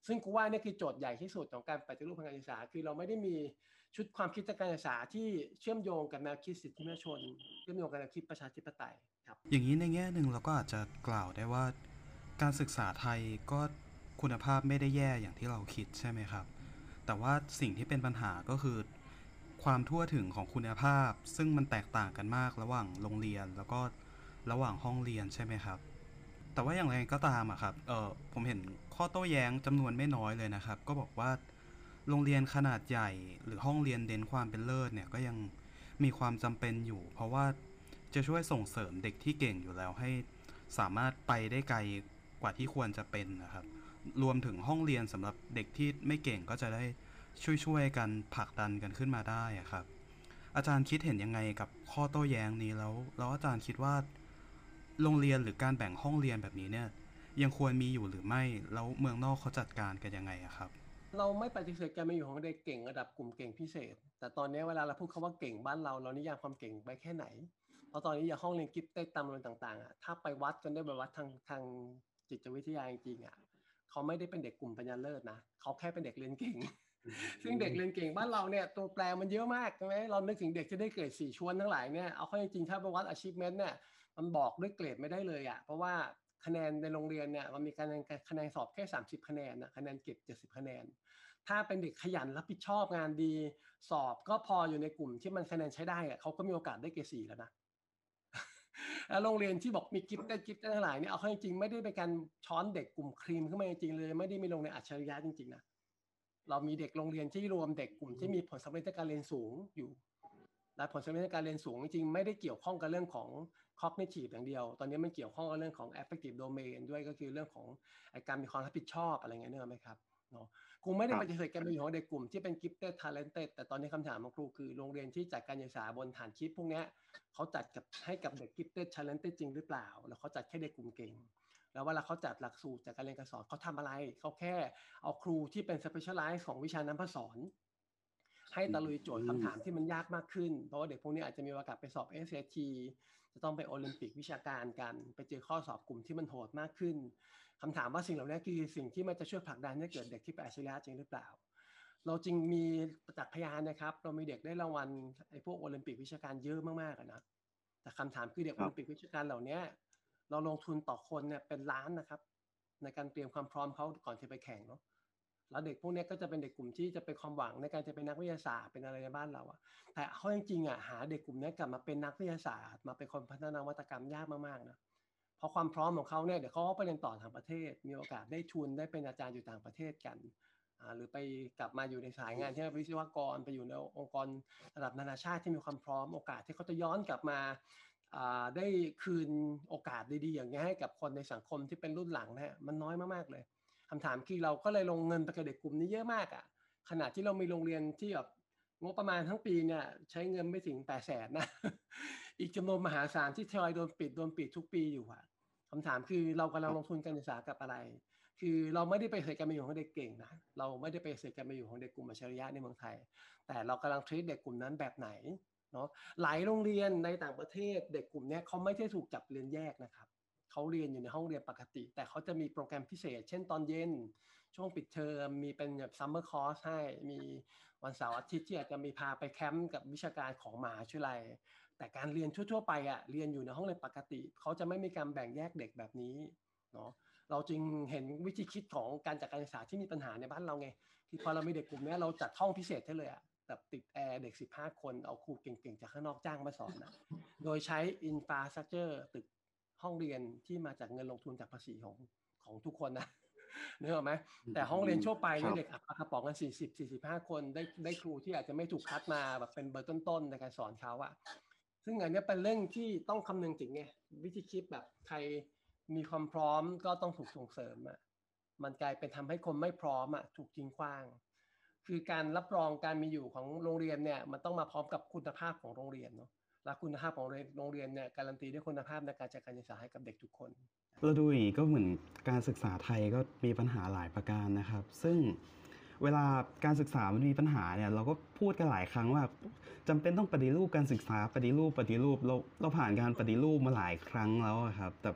Speaker 2: ซึ่งกูว่านี่คือโจทย์ใหญ่ที่สุดของการปฏิรูปทางการศึกษาคือเราไม่ได้มีชุดความคิดทางการศึกษาที่เชื่อมโยงกับแนวคิดสิทธิมนุษยชนเชื่อมโยงกับแนวคิดประชาธิปไตยครับ
Speaker 1: อย่างนี้ในแง่หนึ่งเราก็อาจจะกล่าวได้ว่าการศึกษาไทยก็คุณภาพไม่ได้แย่อย่างที่เราคิดใช่ไหมครับแต่ว่าสิ่งที่เป็นปัญหาก็คือความทั่วถึงของคุณภาพซึ่งมันแตกต่างกันมากระหว่างโรงเรียนแล้วก็ระหว่างห้องเรียนใช่ไหมครับแต่ว่าอย่างไรก็ตามอะครับเออผมเห็นข้อโต้แย้งจำนวนไม่น้อยเลยนะครับก็บอกว่าโรงเรียนขนาดใหญ่หรือห้องเรียนเน้นความเป็นเลิศเนี่ยก็ยังมีความจำเป็นอยู่เพราะว่าจะช่วยส่งเสริมเด็กที่เก่งอยู่แล้วให้สามารถไปได้ไกลกว่าที่ควรจะเป็นนะครับรวมถึงห้องเรียนสำหรับเด็กที่ไม่เก่งก็จะได้ช่วยๆกันผลักดันกันขึ้นมาได้อะครับอาจารย์คิดเห็นยังไงกับข้อโต้แย้งนี้แล้วแล้วอาจารย์คิดว่าโรงเรียนหรือการแบ่งห้องเรียนแบบนี้เนี่ยยังควรมีอยู่หรือไม่แล้วเมืองนอกเขาจัดการกันยังไงอะครับ
Speaker 2: เราไม่ปฏิเสธการมีอยู่ของเด็กเก่งระดับกลุ่มเก่งพิเศษแต่ตอนนี้เวลาเราพูดคำว่าเก่งบ้านเราเรานิยามความเก่งไปแค่ไหนเพราะตอนนี้อย่างห้องเรียนกิฟต์ได้ตามโรงเรียนต่างๆอ่ะถ้าไปวัดกันได้ไปวัดทางทางจิตวิทยาจริงๆอ่ะเขาไม่ได้เป็นเด็กกลุ่มปัญญาเลิศนะเขาแค่เป็นเด็กเรียนเก่งซึ่งเด็กเรียนเก่งบ้านเราเนี่ยตัวแปรมันเยอะมากใช่ไหมเรานึกถึงเด็กที่ได้เกรดสี่ชวนทั้งหลายเนี่ยเอาเข้าจริงๆถ้าไปวัด achievement เนี่ยมันบอกด้วยเกรดไม่ได้เลยอ่ะเพราะว่าคะแนนในโรงเรียนเนี่ยมันมีการคะแนนสอบแค่สามสิบคะแนนนะคะแนนเก็บเจ็ดสิบคะแนนถ้าเป็นเด็กขยันรับผิดชอบงานดีสอบก็พออยู่ในกลุ่มที่มันคะแนนใช้ได้อะเขาก็มีโอกาสได้เกรดสี่แล้วนะแล้วโรงเรียนที่บอกมีกิฟต์ได้กิฟต์ได้ทั้งหลายเนี่ยเอาเข้าจริงๆไม่ได้เป็นการช้อนเด็กกลุ่มครีมขึ้นมาจริงๆเลยไม่ได้มีโรงเรียนอัจฉริยะจริงๆนะเรามีเด็กโรงเรียนที่รวมเด็กกลุ่มที่มีผลสำเร็จในการเรียนสูงอยู่และผลสำเร็จในการเรียนสูงจริงๆไม่ได้เกี่ยวข้องกับเรื่องของ cognitive อย่างเดียวตอนนี้มันเกี่ยวข้องกับเรื่องของ affective domain ด้วยก็คือเรื่องของการมีความรับผิดชอบอะไรเงี้ยนึกออกไหมครับเนาะครูไม่ได้ปฏิเสธการมีอยู่ของเด็กกลุ่มที่เป็น gifted talented แต่ตอนนี้คำถามของครูคือโรงเรียนที่จัดการศึกษาบนฐานคิดพวกนี้เขาจัดกับให้กับเด็ก gifted talented จริงหรือเปล่าแล้วเขาจัดแค่เด็กกลุ่มเก่งแล้วเวลาเขาจัดหลักสูตรจากการเรียนการสอนเขาทำอะไรเขาแค่เอาครูที่เป็น specialize ของวิชานั้นมาสอนให้ตะลุยโจทย์คำถามที่มันยากมากขึ้นเพราะว่าเด็กพวกนี้อาจจะมีโอกาสไปสอบ เอส เอ ที จะต้องไปโอลิมปิกวิชาการกันไปเจอข้อสอบกลุ่มที่มันโหดมากขึ้นคำถามว่าสิ่งเหล่านี้คือสิ่งที่มันจะช่วยผลักดันให้เกิดเด็กที่เป็นอัจฉริยะจริงหรือเปล่าเราจริงมีประจักษ์พยานนะครับเรามีเด็กได้รางวัลไอ้พวกโอลิมปิกวิชาการเยอะมากๆนะแต่คำถามคือเด็กโอลิมปิกวิชาการเหล่านี้เราลงทุนต่อคนเนี่ยเป็นล้านนะครับในการเตรียมความพร้อมเขาก่อนจะไปแข่งเนาะแล้วเด็กพวกนี้ก็จะเป็นเด็กกลุ่มที่จะเป็นความหวังในการจะเป็นนักวิทยาศาสตร์เป็นอะไรในบ้านเราอะแต่เขาจริงๆอะหาเด็กกลุ่มนี้กลับมาเป็นนักวิทยาศาสตร์มาเป็นคนพัฒนานวัตกรรมยากมากๆนะเพราะความพร้อมของเขาเนี่ยเดี๋ยวเขาก็ไปเรียนต่อต่างประเทศมีโอกาสได้ทุนได้เป็นอาจารย์อยู่ต่างประเทศกันหรือไปกลับมาอยู่ในสายงานที่เป็นวิศวกรไปอยู่ในองค์กรระดับนานาชาติที่มีความพร้อมโอกาสที่เขาจะย้อนกลับมาได้คืนโอกาสดีๆอย่างนี้ให้กับคนในสังคมที่เป็นรุ่นหลังนะมันน้อยมากๆเลยคำถามคือเราก็เลยลงเงินไปกับเด็กกลุ่มนี้เยอะมากอ่ะขณะที่เรามีโรงเรียนที่แบบงบประมาณทั้งปีเนี่ยใช้เงินไม่ถึงแปดแสนนะ อีกจำนวนมหาศาลที่ทยอยโดนปิดโดนปิดทุกปีอยู่อ่ะคำถามคือเรากำลังลงทุนการศึกษากับอะไรคือเราไม่ได้ไปเสกการมาอยู่ของเด็กเก่งนะเราไม่ได้ไปเสกการมาอยู่ของเด็กกลุ่มอัจฉริยะในเมืองไทยแต่เรากำลังทรีตเด็กกลุ่มนั้นแบบไหนเนาะหลายโรงเรียนในต่างประเทศเด็กกลุ่มนี้เขาไม่ได้ถูกจับเรียนแยกนะครับเขาเรียนอยู่ในห้องเรียนปกติแต่เขาจะมีโปรแกรมพิเศษเช่นตอนเย็นช่วงปิดเทอมมีเป็นแบบซัมเมอร์คอร์สให้มีวันเสาร์อาทิตย์ที่อาจจะมีพาไปแคมป์กับวิชาการของมหาวิทยาลัยแต่การเรียนทั่วๆไปอ่ะเรียนอยู่ในห้องเรียนปกติเขาจะไม่มีการแบ่งแยกเด็กแบบนี้เนาะเราจึงเห็นวิธีคิดของการจัดการศึกษาที่มีปัญหาในบ้านเราไงคือพอเรามีเด็กกลุ่มนี้เราจัดห้องพิเศษให้เลยอ่ะแบบติดแอร์เด็กสิบห้าคนเอาครูเก่งๆจากข้างนอกจ้างมาสอนนะโดยใช้อินฟราสตรัคเจอร์ตึกห้องเรียนที่มาจากเงินลงทุนจากภาษีของของทุกคนนะนึกออกไหมแต่ห้องเรียนทั่วไปเนี่ยเด็กอัดปากกระป๋องกันสี่สิบสี่สิบห้าคนได้ได้ครูที่อาจจะไม่ถูกคัดมาแบบเป็นเบอร์ต้นๆในการสอนเขาอะซึ่งอันนี้เป็นเรื่องที่ต้องคำนึงถึงไงวิธีคิดแบบใครมีความพร้อมก็ต้องถูกส่งเสริมอะมันกลายเป็นทำให้คนไม่พร้อมอะถูกทิ้งขว้างคือการรับรองการมีอยู่ของโรงเรียนเนี่ยมันต้องมาพร้อมกับคุณภาพของโรงเรียนเนาะและคุณภาพของโรงเรียนเนี่ยการันตีด้วยคุณภาพในการจัดการศึกษาให้กับเด็กทุกคน
Speaker 1: เราดูอย่างนี้ก็เหมือนการศึกษาไทยก็มีปัญหาหลายประการนะครับซึ่งเวลาการศึกษามันมีปัญหาเนี่ยเราก็พูดกันหลายครั้งว่าจำเป็นต้องปฏิรูปการศึกษาปฏิรูปปฏิรูปเราเราผ่านการปฏิรูปมาหลายครั้งแล้วครับแต่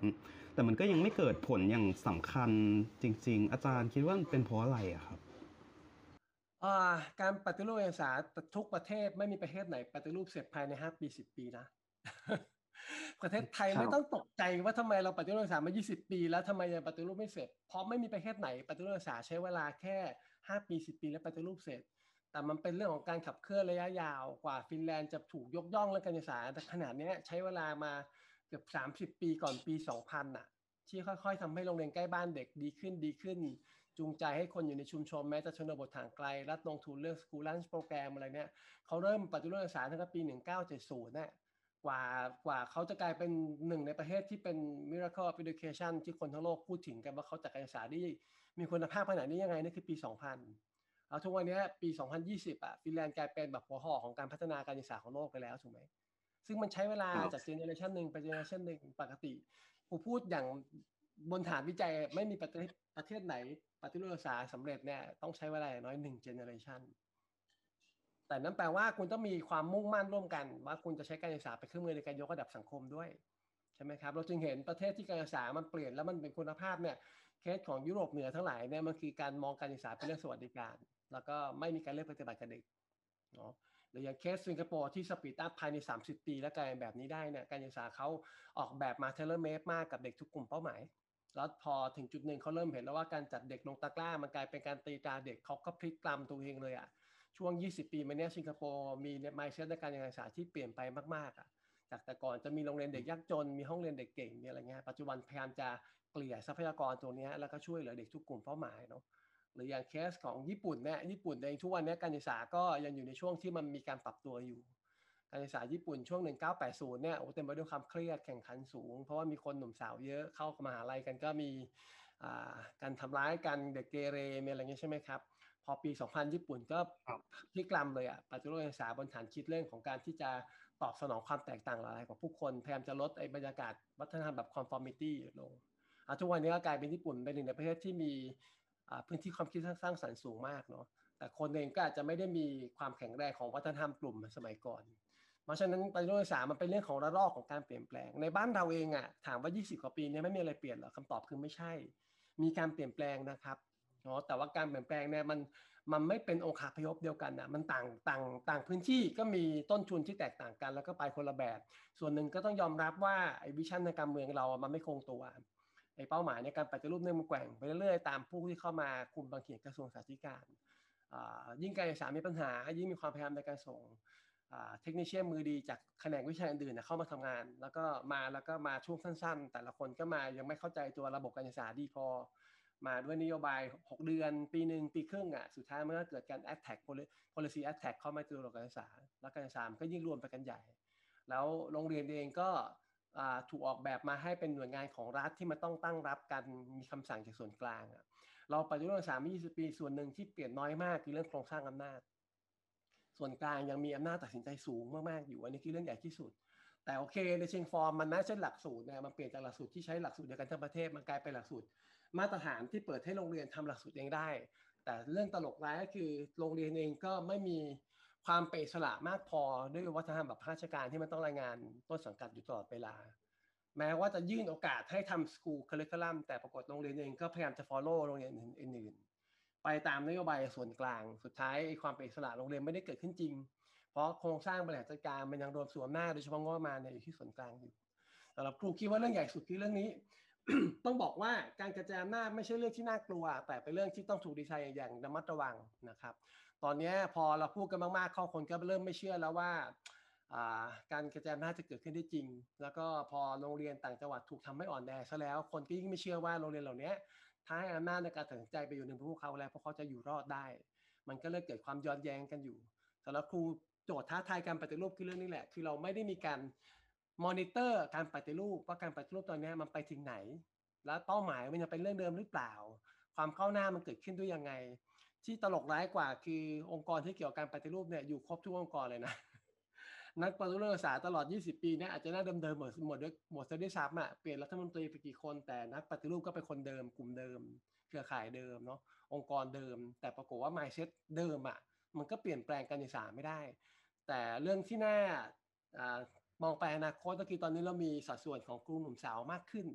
Speaker 1: แต่มันก็ยังไม่เกิดผลอย่างสำคัญจริงๆอาจารย์คิดว่ามันเป็นเพราะอะไรอะครับ
Speaker 2: อ่าการปฏิรูปการศึกษาทุกประเทศไม่มีประเทศไหนปฏิรูปเสร็จภายในห้าปีสิบปีนะ ประเทศไทยไม่ต้องตกใจว่าทำไมเราปฏิรูปการศึกษามายี่สิบปีแล้วทำไมยังปฏิรูปไม่เสร็จเพราะไม่มีประเทศไหนปฏิรูปการศึกษาใช้เวลาแค่ห้าปีสิบปีแล้วปฏิรูปเสร็จแต่มันเป็นเรื่องของการขับเคลื่อนระยะยาวกว่าฟินแลนด์จะถูกยกย่องเรื่องการศึกษาแต่ขนาดนี้ใช้เวลามาเกือบสามสิบปีก่อนปีสองพันน่ะที่ค่อยๆทำให้โรงเรียนใกล้บ้านเด็กดีขึ้นดีขึ้นจูงใจให้คนอยู่ในชุมชนแม้จะชนบทห่างไกลรัฐลงทุนเรื่อง School Lunch โปรแกรมอะไรเนี่ยเขาเริ่มปฏิรูปการศึกษาตั้งแต่ปีหนึ่งเก้าเจ็ดศูนย์น่ะกว่ากว่าเขาจะกลายเป็นหนึ่งในประเทศที่เป็น Miracle of Education ที่คนทั้งโลกพูดถึงกันว่าเขาจัดการศึกษาได้มีคุณภาพขนาดนี้ยังไงนั่นคือปีสองพันแล้วทุกวันนี้ปีสองพันยี่สิบอ่ะฟินแลนด์กลายเป็นแบบหัวหอกของการพัฒนาการศึกษาของโลกไปแล้วถูกไหมซึ่งมันใช้เวลาจากเจเนอเรชันหนึ่งไปเจเนอเรชันหนึ่งปกติผมพูดอย่างบนฐานวิจัยไม่มีประเทศประเทศไหนปฏิรูปการศึกษาสำเร็จเนี่ยต้องใช้เวลาอย่างน้อยหนึ่งเจเนอเรชันแต่นั่นแปลว่าคุณต้องมีความมุ่งมั่นร่วมกันว่าคุณจะใช้การศึกษาเป็นเครื่องมือในการยกระดับสังคมด้วยใช่ไหมครับเราจึงเห็นประเทศที่การศึกษามันเปลี่ยนแล้วมันเป็นคุณภาพเนี่ยเคสของยุโรปเหนือทั้งหลายเนี่ยมันคือการมองการศึกษาเป็นเรื่องสวัสดิการแล้วก็ไม่มีการเลือกปฏิบัติกับเด็กเนาะหรืออย่างเคสสิงคโปร์ที่สปีดอัพภายในสามสิบปีและกลายแบบนี้ได้เนี่ยการศึกษาเขาออกแบบมาเทเลเมดมากกับเด็กทุกกลุ่มเป้าหมายแล้วพอถึงจุดหนึ่งเขาเริ่มเห็นแล้วว่าการจัดเด็กลงตะกร้ามันกลายเป็นการตีตราเด็กเขาก็พลิกกลัมตัวเองเลยอ่ะช่วงยี่สิบปีมาเนี้ยสิงคโปร์มี mindset ในการศึกษาที่เปลี่ยนไปมากๆอ่ะจากแต่ก่อนจะมีโรงเรียนเด็กยากจนมีห้องเรียนเด็กเก่งมีอะไรเงี้ยปัจจุบันพยายามจะเกลี่ยทรัพยากรตัวนี้แล้วก็ช่วยเหลือเด็กทุกกลุ่มเป้าหมายเนาะหรืออย่างเคสของญี่ปุ่นเนี่ยญี่ปุ่นเองทุกวันนี้การศึกษาก็ยังอยู่ในช่วงที่มันมีการปรับตัวอยู่การศึกษาญี่ปุ่นช่วงหนึ่งพันเก้าร้อยแปดสิบเนี่ยโอ้เต็มไปด้วยความเครียดแข่งขันสูงเพราะว่ามีคนหนุ่มสาวเยอะเข้ามหาลัยกันก็มีการทำร้ายกันเด็กเกเรมีอะไรเงี้ยใช่ไหมครับพอปีสองพันญี่ปุ่นก็พลิกลำเลยอ่ะปฏิรูปการศึกษาบนฐานคิดเรื่องของการที่จะตอบสนองความแตกต่างหลายของผู้คนพยายามจะลดไอ้บรรยากาศวัฒนธรรมแบบ conformity ลงทุกวันนี้ก็กลายเป็นญี่ปุ่นเป็นหนึ่งในประเทศที่มีพื้นที่ความคิดสร้างสรรค์สูงมากเนาะแต่คนเองก็อาจจะไม่ได้มีความแข็งแรงของวัฒนธรรมกลุ่มสมัยก่อนเพราะฉะนั้นปฏิรูปการศึกษามันเป็นเรื่องของระลอกของการเปลี่ยนแปลงในบ้านเราเองอ่ะถามว่ายี่สิบกว่าปีนี้ไม่มีอะไรเปลี่ยนหรอคำตอบคือไม่ใช่มีการเปลี่ยนแปลงนะครับเนาะแต่ว่าการเปลี่ยนแปลงเนี่ยมันมันไม่เป็นองค์คาพยพเดียวกันนะมันต่างต่างต่างพื้นที่ก็มีต้นทุนที่แตกต่างกันแล้วก็ไปคนละแบบส่วนหนึ่งก็ต้องยอมรับว่าไอ้วิชั่นในการเมืองเรามันไม่คงตัวไอ้เป้าหมายในการปฏิรูปเนี่ยมันแกว่งไปเรื่อยๆตามผู้ที่เข้ามาคุมบางเขตกระทรวงสาธารณสุขยิ่งการศึกษามีปัญหายิ่งมีความพยายามในการส่งเทคนิคเชียนมือดีจากแขนงวิชาอื่นๆเข้ามาทำงานแล้วก็มาแล้วก็มาช่วงสั้นๆแต่ละคนก็มายังไม่เข้าใจตัวระบบการศึกษาดีพอมาด้วยนโยบายหกเดือนปีหนึ่งปีครึ่งอ่ะสุดท้ายมันก็เกิดการ attack policy attack เข้ามาตัวระบบการศึกษาแล้วการศึกษาก็ยิ่งรวมไปกันใหญ่แล้วโรงเรียนเองก็ถูกออกแบบมาให้เป็นหน่วยงานของรัฐที่มันต้องตั้งรับการมีคำสั่งจากส่วนกลางเราปฏิรูปการศึกษามายี่สิบปีส่วนหนึ่งที่เปลี่ยนน้อยมากคือเรื่องโครงสร้างอำนาจส่วนกลางยังมีอำนาจตัดสินใจสูงมากๆอยู่อันนี้คือเรื่องใหญ่ที่สุดแต่โอเคในเชิงฟอร์มมันน่าเช่นหลักสูตรเนี่ยมันเปลี่ยนจากหลักสูตรที่ใช้หลักสูตรเดียวกันทั้งประเทศมันกลายเป็นหลักสูตรมาตรฐานที่เปิดให้โรงเรียนทำหลักสูตรเองได้แต่เรื่องตลกร้ายก็คือโรงเรียนเองก็ไม่มีความเป็นอิสระมากพอด้วยวัฒนธรรมแบบราชการที่มันต้องรายงานต้นสังกัดอยู่ตลอดเวลาแม้ว่าจะยื่นโอกาสให้ทำสกูลคาริคูลัมแต่ปรากฏโรงเรียนเองก็พยายามจะ follow โรงเรียนอื่นๆไปตามนโยบายส่วนกลางสุดท้ายความเป็นอิสระโรงเรียนไม่ได้เกิดขึ้นจริงเพราะโครงสร้างบริหารจัดการมันยังรวมส่วนหน้าโดยเฉพาะงบประมาณอยู่ที่ส่วนกลางอยู่สำหรับครูคิดว่าเรื่องใหญ่สุดคือเรื่องนี้ ต้องบอกว่าการกระจายอำนาจไม่ใช่เรื่องที่น่ากลัวแต่เป็นเรื่องที่ต้องถูกดีไซน์อย่างระมัดระวังนะครับตอนนี้พอเราพูดกันมากๆเข้าคนก็เริ่มไม่เชื่อแล้วว่าการกระจายอำนาจจะเกิดขึ้นได้จริงแล้วก็พอโรงเรียนต่างจังหวัดถูกทำให้อ่อนแอซะแล้วคนก็ยิ่งไม่เชื่อว่าโรงเรียนเหล่านี้ท้ายอำนาจในการตัดสินใจไปอยู่ในพวกเขาแล้วเพราะเขาจะอยู่รอดได้มันก็เลยเกิดความย้อนแย้งกันอยู่สำหรับครูโจทย์ท้าทายการปฏิรูปคือเรื่องนี้แหละคือเราไม่ได้มีการมอนิเตอร์การปฏิรูปว่าการปฏิรูปตอนนี้มันไปถึงไหนแล้วเป้าหมายมันยังเป็นเรื่องเดิมหรือเปล่าความก้าวหน้ามันเกิดขึ้นด้วยยังไงที่ตลกร้ายกว่าคือองค์กรที่เกี่ยวกับการปฏิรูปเนี่ยอยู่ครบทุกองค์กรเลยนะนักปฏิรูปการศึกษาตลอดยี่สิบปีเนี่ยอาจจะหน้าเดิมๆหมดหมดด้วยหมดซะด้วยซ้ำอ่ะเปลี่ยนรัฐมนตรีไปกี่คนแต่นักปฏิรูปก็เป็นคนเดิมกลุ่มเดิมเครือข่ายเดิมเนาะองค์กรเดิมแต่ปรากฏว่า mindset เดิมอ่ะมันก็เปลี่ยนแปลงการศึกษาไม่ได้แต่เรื่องที่น่ามองไปอนาคตก็คือตอนนี้เรามีสัดส่วนของครูหนุ่มสาวมากขึ้น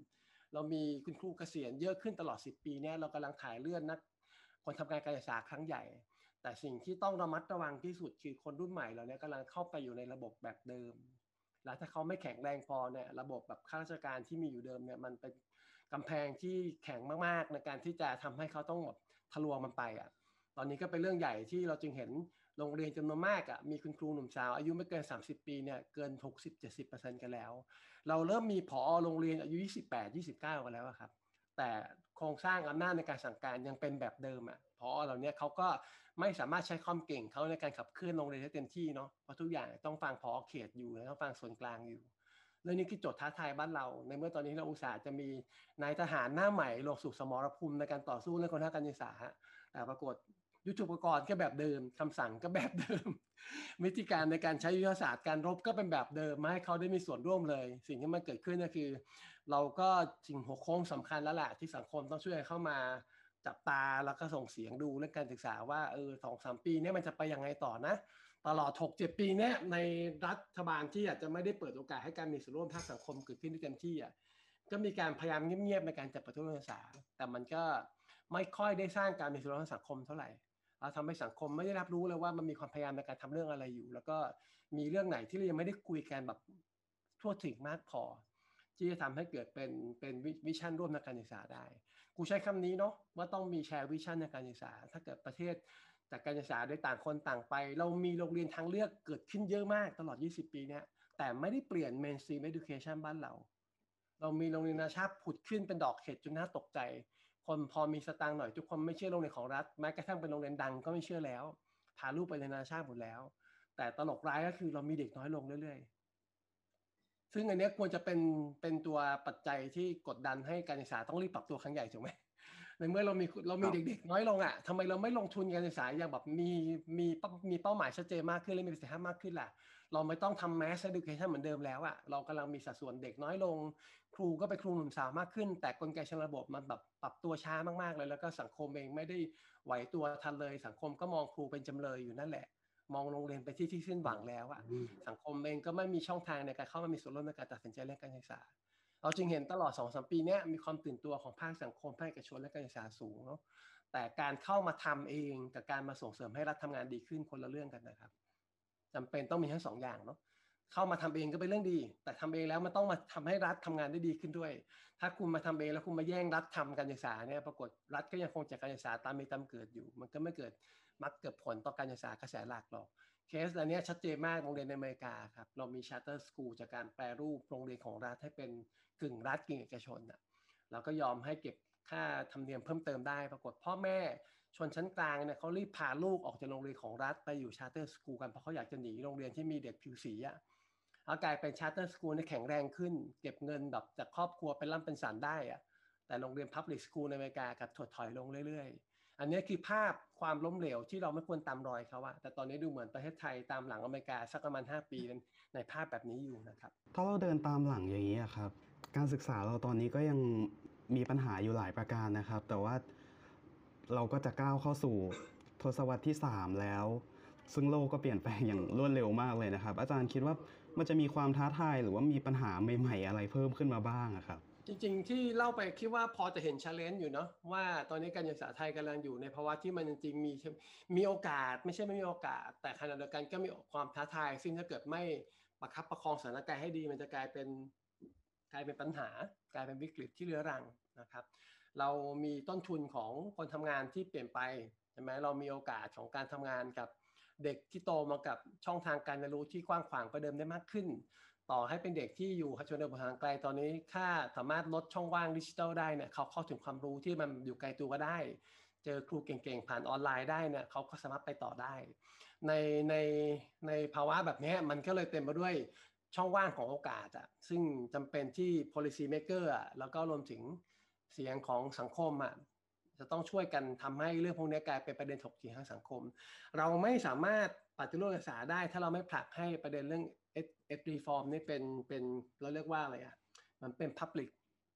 Speaker 2: เรามีคุณครูเกษียณเยอะขึ้นตลอดสิบปีเนี่ยเรากำลังถ่ายเลือดนักคนทำการการศึกษาครั้งใหญ่แต่สิ่งที่ต้องระมัดระวังที่สุดคือคนรุ่นใหม่เราเนี่ยกำลังเข้าไปอยู่ในระบบแบบเดิมแล้วถ้าเขาไม่แข็งแรงพอเนี่ยระบบแบบข้าราชการที่มีอยู่เดิมเนี่ยมันเป็นกำแพงที่แข็งมากๆในการที่จะทำให้เขาต้องแบบทะลวงมันไปอ่ะตอนนี้ก็เป็นเรื่องใหญ่ที่เราจึงเห็นโรงเรียนจำนวนมากอ่ะมีคุณครูหนุ่มสาวอายุไม่เกินสามสิบปีเนี่ยเกิน หกสิบถึงเจ็ดสิบเปอร์เซ็นต์ กันแล้วเราเริ่มมีผอโรงเรียนอายุยี่สิบแปด ยี่สิบเก้ากันแล้วครับแต่โครงสร้างอำนาจในการสั่งการยังเป็นแบบเดิมอ่ะผอเหล่านี้เขาก็ไม่สามารถใช้ความเก่งเขาในการขับเคลื่อนโรงเรียนได้เต็มที่เนาะเพราะทุกอย่างต้องฟังผอเขตอยู่ต้องฟังส่วนกลางอยู่เรื่องนี้คือโจทย์ท้าทายบ้านเราในเมื่อตอนนี้เราอุตส่าห์จะมีนายทหารหน้าใหม่ลงสู่สมรภูมิในการต่อสู้เรื่องคนทางการศึกษาแต่ปรากฏยุทโธปกรณ์ก็แบบเดิมคำสั่งก็แบบเดิมวิธีการในการใช้ยุทธศาสตร์การรบก็เป็นแบบเดิมไม่ให้เขาได้มีส่วนร่วมเลยสิ่งที่มันเกิดขึ้นก็คือเราก็สิ่งหัวโค้งสำคัญแล้วแหละที่สังคมต้องช่วยเข้ามาจับตาแล้วก็ส่งเสียงดูเรื่องการศึกษาว่าเออสองสามปีนี้มันจะไปยังไงต่อนะตลอด หกเจ็ด ปีนี้ในรัฐบาลที่อาจจะไม่ได้เปิดโอกาสให้การมีส่วนร่วมภาคสังคมเกิดขึ้นได้เต็มที่อ่ะก็มีการพยายามเงียบๆในการจัดประท้วงการศึกษาแต่มันก็ไม่ค่อยได้สร้างการมีส่วนร่วมทางสังคมเท่าไหร่เราทำให้สังคมไม่ได้รับรู้เลยว่ามันมีความพยายามในการทำเรื่องอะไรอยู่แล้วก็มีเรื่องไหนที่เรายังไม่ได้คุยกันแบบทั่วถึงมากพอที่จะทำให้เกิดเป็นเป็นวิชั่นร่วมในการศึกษาได้กูใช้คำนี้เนาะว่าต้องมีแชร์วิชั่นในการศึกษาถ้าเกิดประเทศจากการศึกษาโดยต่างคนต่างไปเรามีโรงเรียนทางเลือกเกิดขึ้นเยอะมากตลอดยี่สิบปีเนี้ยแต่ไม่ได้เปลี่ยน mainstream education บ้านเราเรามีโรงเรียนนานาชาติผุดขึ้นเป็นดอกเห็ดจนน่าตกใจคนพอมีสตางค์หน่อยทุกคนไม่เชื่อโรงเรียนของรัฐแม้กระทั่งเป็นโรงเรียนดังก็ไม่เชื่อแล้วพาลูกไปเรียนนานาชาติหมดแล้วแต่ตลกร้ายก็คือเรามีเด็กน้อยลงเรื่อยๆซึ่งอันนี้ควรจะเป็นเป็นตัวปัจจัยที่กดดันให้การศึกษาต้องรีบปรับตัวครั้งใหญ่ถูกไหมในเมื่อเรามีเรามีเด็กๆน้อยลงอ่ะทำไมเราไม่ลงทุนการศึกษาอย่างแบบมีมีมีเป้าหมายชัดเจนมากขึ้นและมีประสิทธิภาพมากขึ้นล่ะเราไม่ต้องทำ mass education เหมือนเดิมแล้วอ่ะเรากำลังมีสัดส่วนเด็กน้อยลงครูก็ไปครูหนุ่มสาวมากขึ้นแต่กลไกเชิงระบบมันแบบปรับตัวช้ามากๆเลยแล้วก็สังคมเองไม่ได้ไหวตัวทันเลยสังคมก็มองครูเป็นจำเลยอยู่นั่นแหละมองโรงเรียนไปที่ที่สิ้นหวังแล้วอ่ะสังคมเองก็ไม่มีช่องทางในการเข้ามามีส่วนร่วมในการตัดสินใจเรื่องการศึกษาเราจึงเห็นตลอด สองถึงสาม ปีนี้มีความตื่นตัวของภาคสังคมภาคเอกชนและการศึกษาสูงเนาะแต่การเข้ามาทำเองกับการมาส่งเสริมให้รัฐทำงานดีขึ้นคนละเรื่องกันนะครับจำเป็นต้องมีทั้งสองอย่างเนาะเข้ามาทำเองก็เป็นเรื่องดีแต่ทำเองแล้วมันต้องมาทำให้รัฐทำงานได้ดีขึ้นด้วยถ้าคุณมาทำเองแล้วคุณมาแย่งรัฐทำการศึกษาเนี่ยปรากฏรัฐก็ยังคงจัดการศึกษาตามมีตามเกิดอยู่มันก็ไม่เกิดมักเกิดผลต่อการศึกษากระแสหลักหรอกเคสอันนี้ชัดเจนมากโรงเรียนในอเมริกาครับเรามี charter school จากการแปรรูปโรงเรียนของรัฐให้เป็นกึ่งรัฐกึ่งเอกชนอ่ะเราก็ยอมให้เก็บค่าธรรมเนียมเพิ่มเติมได้ปรากฏพ่อแม่ชนชั้นกลางเนี่ยเขารีบพาลูกออกจากโรงเรียนของรัฐไปอยู่ charter school กันเพราะเขาอยากจะหนีโรงเรียนที่มีเด็กผิวสีอ่ะแล้วกลายเป็น charter school ที่แข็งแรงขึ้นเก็บเงินแบบจากครอบครัวเป็นร่ำเป็นสันได้อ่ะแต่โรงเรียน public school ในอเมริกากับถดถอยลงเรื่อยๆอันนี้คือภาพความล้มเหลวที่เราไม่ควรตามรอยเขาอะแต่ตอนนี้ดูเหมือนประเทศไทยตามหลังอเมริกาสักประมาณห้าปีในภาพแบบนี้อยู่นะครับ
Speaker 1: ถ้าเราเดินตามหลังอย่างนี้ครับการศึกษาเราตอนนี้ก็ยังมีปัญหาอยู่หลายประการนะครับแต่ว่าเราก็จะก้าวเข้าสู่ทศวรรษที่สามแล้วซึ่งโลกก็เปลี่ยนแปลงอย่างรวดเร็วมากเลยนะครับอาจารย์คิดว่ามันจะมีความท้าทายหรือว่ามีปัญหาใหม่ๆอะไรเพิ่มขึ้นมาบ้างครับ
Speaker 2: จริงๆที่เล่าไปคิดว่าพอจะเห็น challenge อยู่เนาะว่าตอนนี้การศึกษาไทยกำลังอยู่ในภาวะที่มันจริงๆมีมีโอกาสไม่ใช่ไม่มีโอกาสแต่ขณะเดียวกันก็มีความท้าทายซึ่งถ้าเกิดไม่ประคับประคองสถานการณ์ให้ดีมันจะกลายเป็นกลายเป็นปัญหากลายเป็นวิกฤตที่เรื้อรังนะครับเรามีต้นทุนของคนทำงานที่เปลี่ยนไปใช่ไหมเรามีโอกาสของการทำงานกับเด็กที่โตมากับช่องทางการเรียนรู้ที่กว้างขวางกว่าเดิมได้มากขึ้นต่อให้เป็นเด็กที่อยู่ชนบทห่างไกลตอนนี้ถ้าสามารถลดช่องว่างดิจิทัลได้เนี่ยเขาเข้าถึงความรู้ที่มันอยู่ไกลตัวก็ได้เจอครูเก่งๆผ่านออนไลน์ได้เนี่ยเขาก็สามารถไปต่อได้ในในในภาวะแบบนี้มันก็เลยเต็มไปด้วยช่องว่างของโอกาสอ่ะซึ่งจำเป็นที่ policy maker อ่ะแล้วก็รวมถึงเสียงของสังคมอ่ะจะต้องช่วยกันทำให้เรื่องพวกนี้กลายเป็นประเด็นถกเถียงทางสังคมเราไม่สามารถปฏิรูปการศึกษาได้ถ้าเราไม่ผลักให้ประเด็นเรื่องเอดรีฟอร์มนี่เป็นเป็นเราเรียกว่าอะไรอ่ะมันเป็น public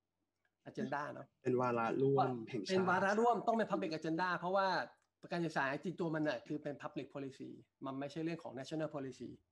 Speaker 2: agenda เนาะ
Speaker 3: เป็นวาระร่วมแห่งชาติ
Speaker 2: เป็นวาระร่วมต้องเป็น public agenda เพราะว่าการศึกษาจริงตัวมันน่ะคือเป็น public policy มันไม่ใช่เรื่องของ national policy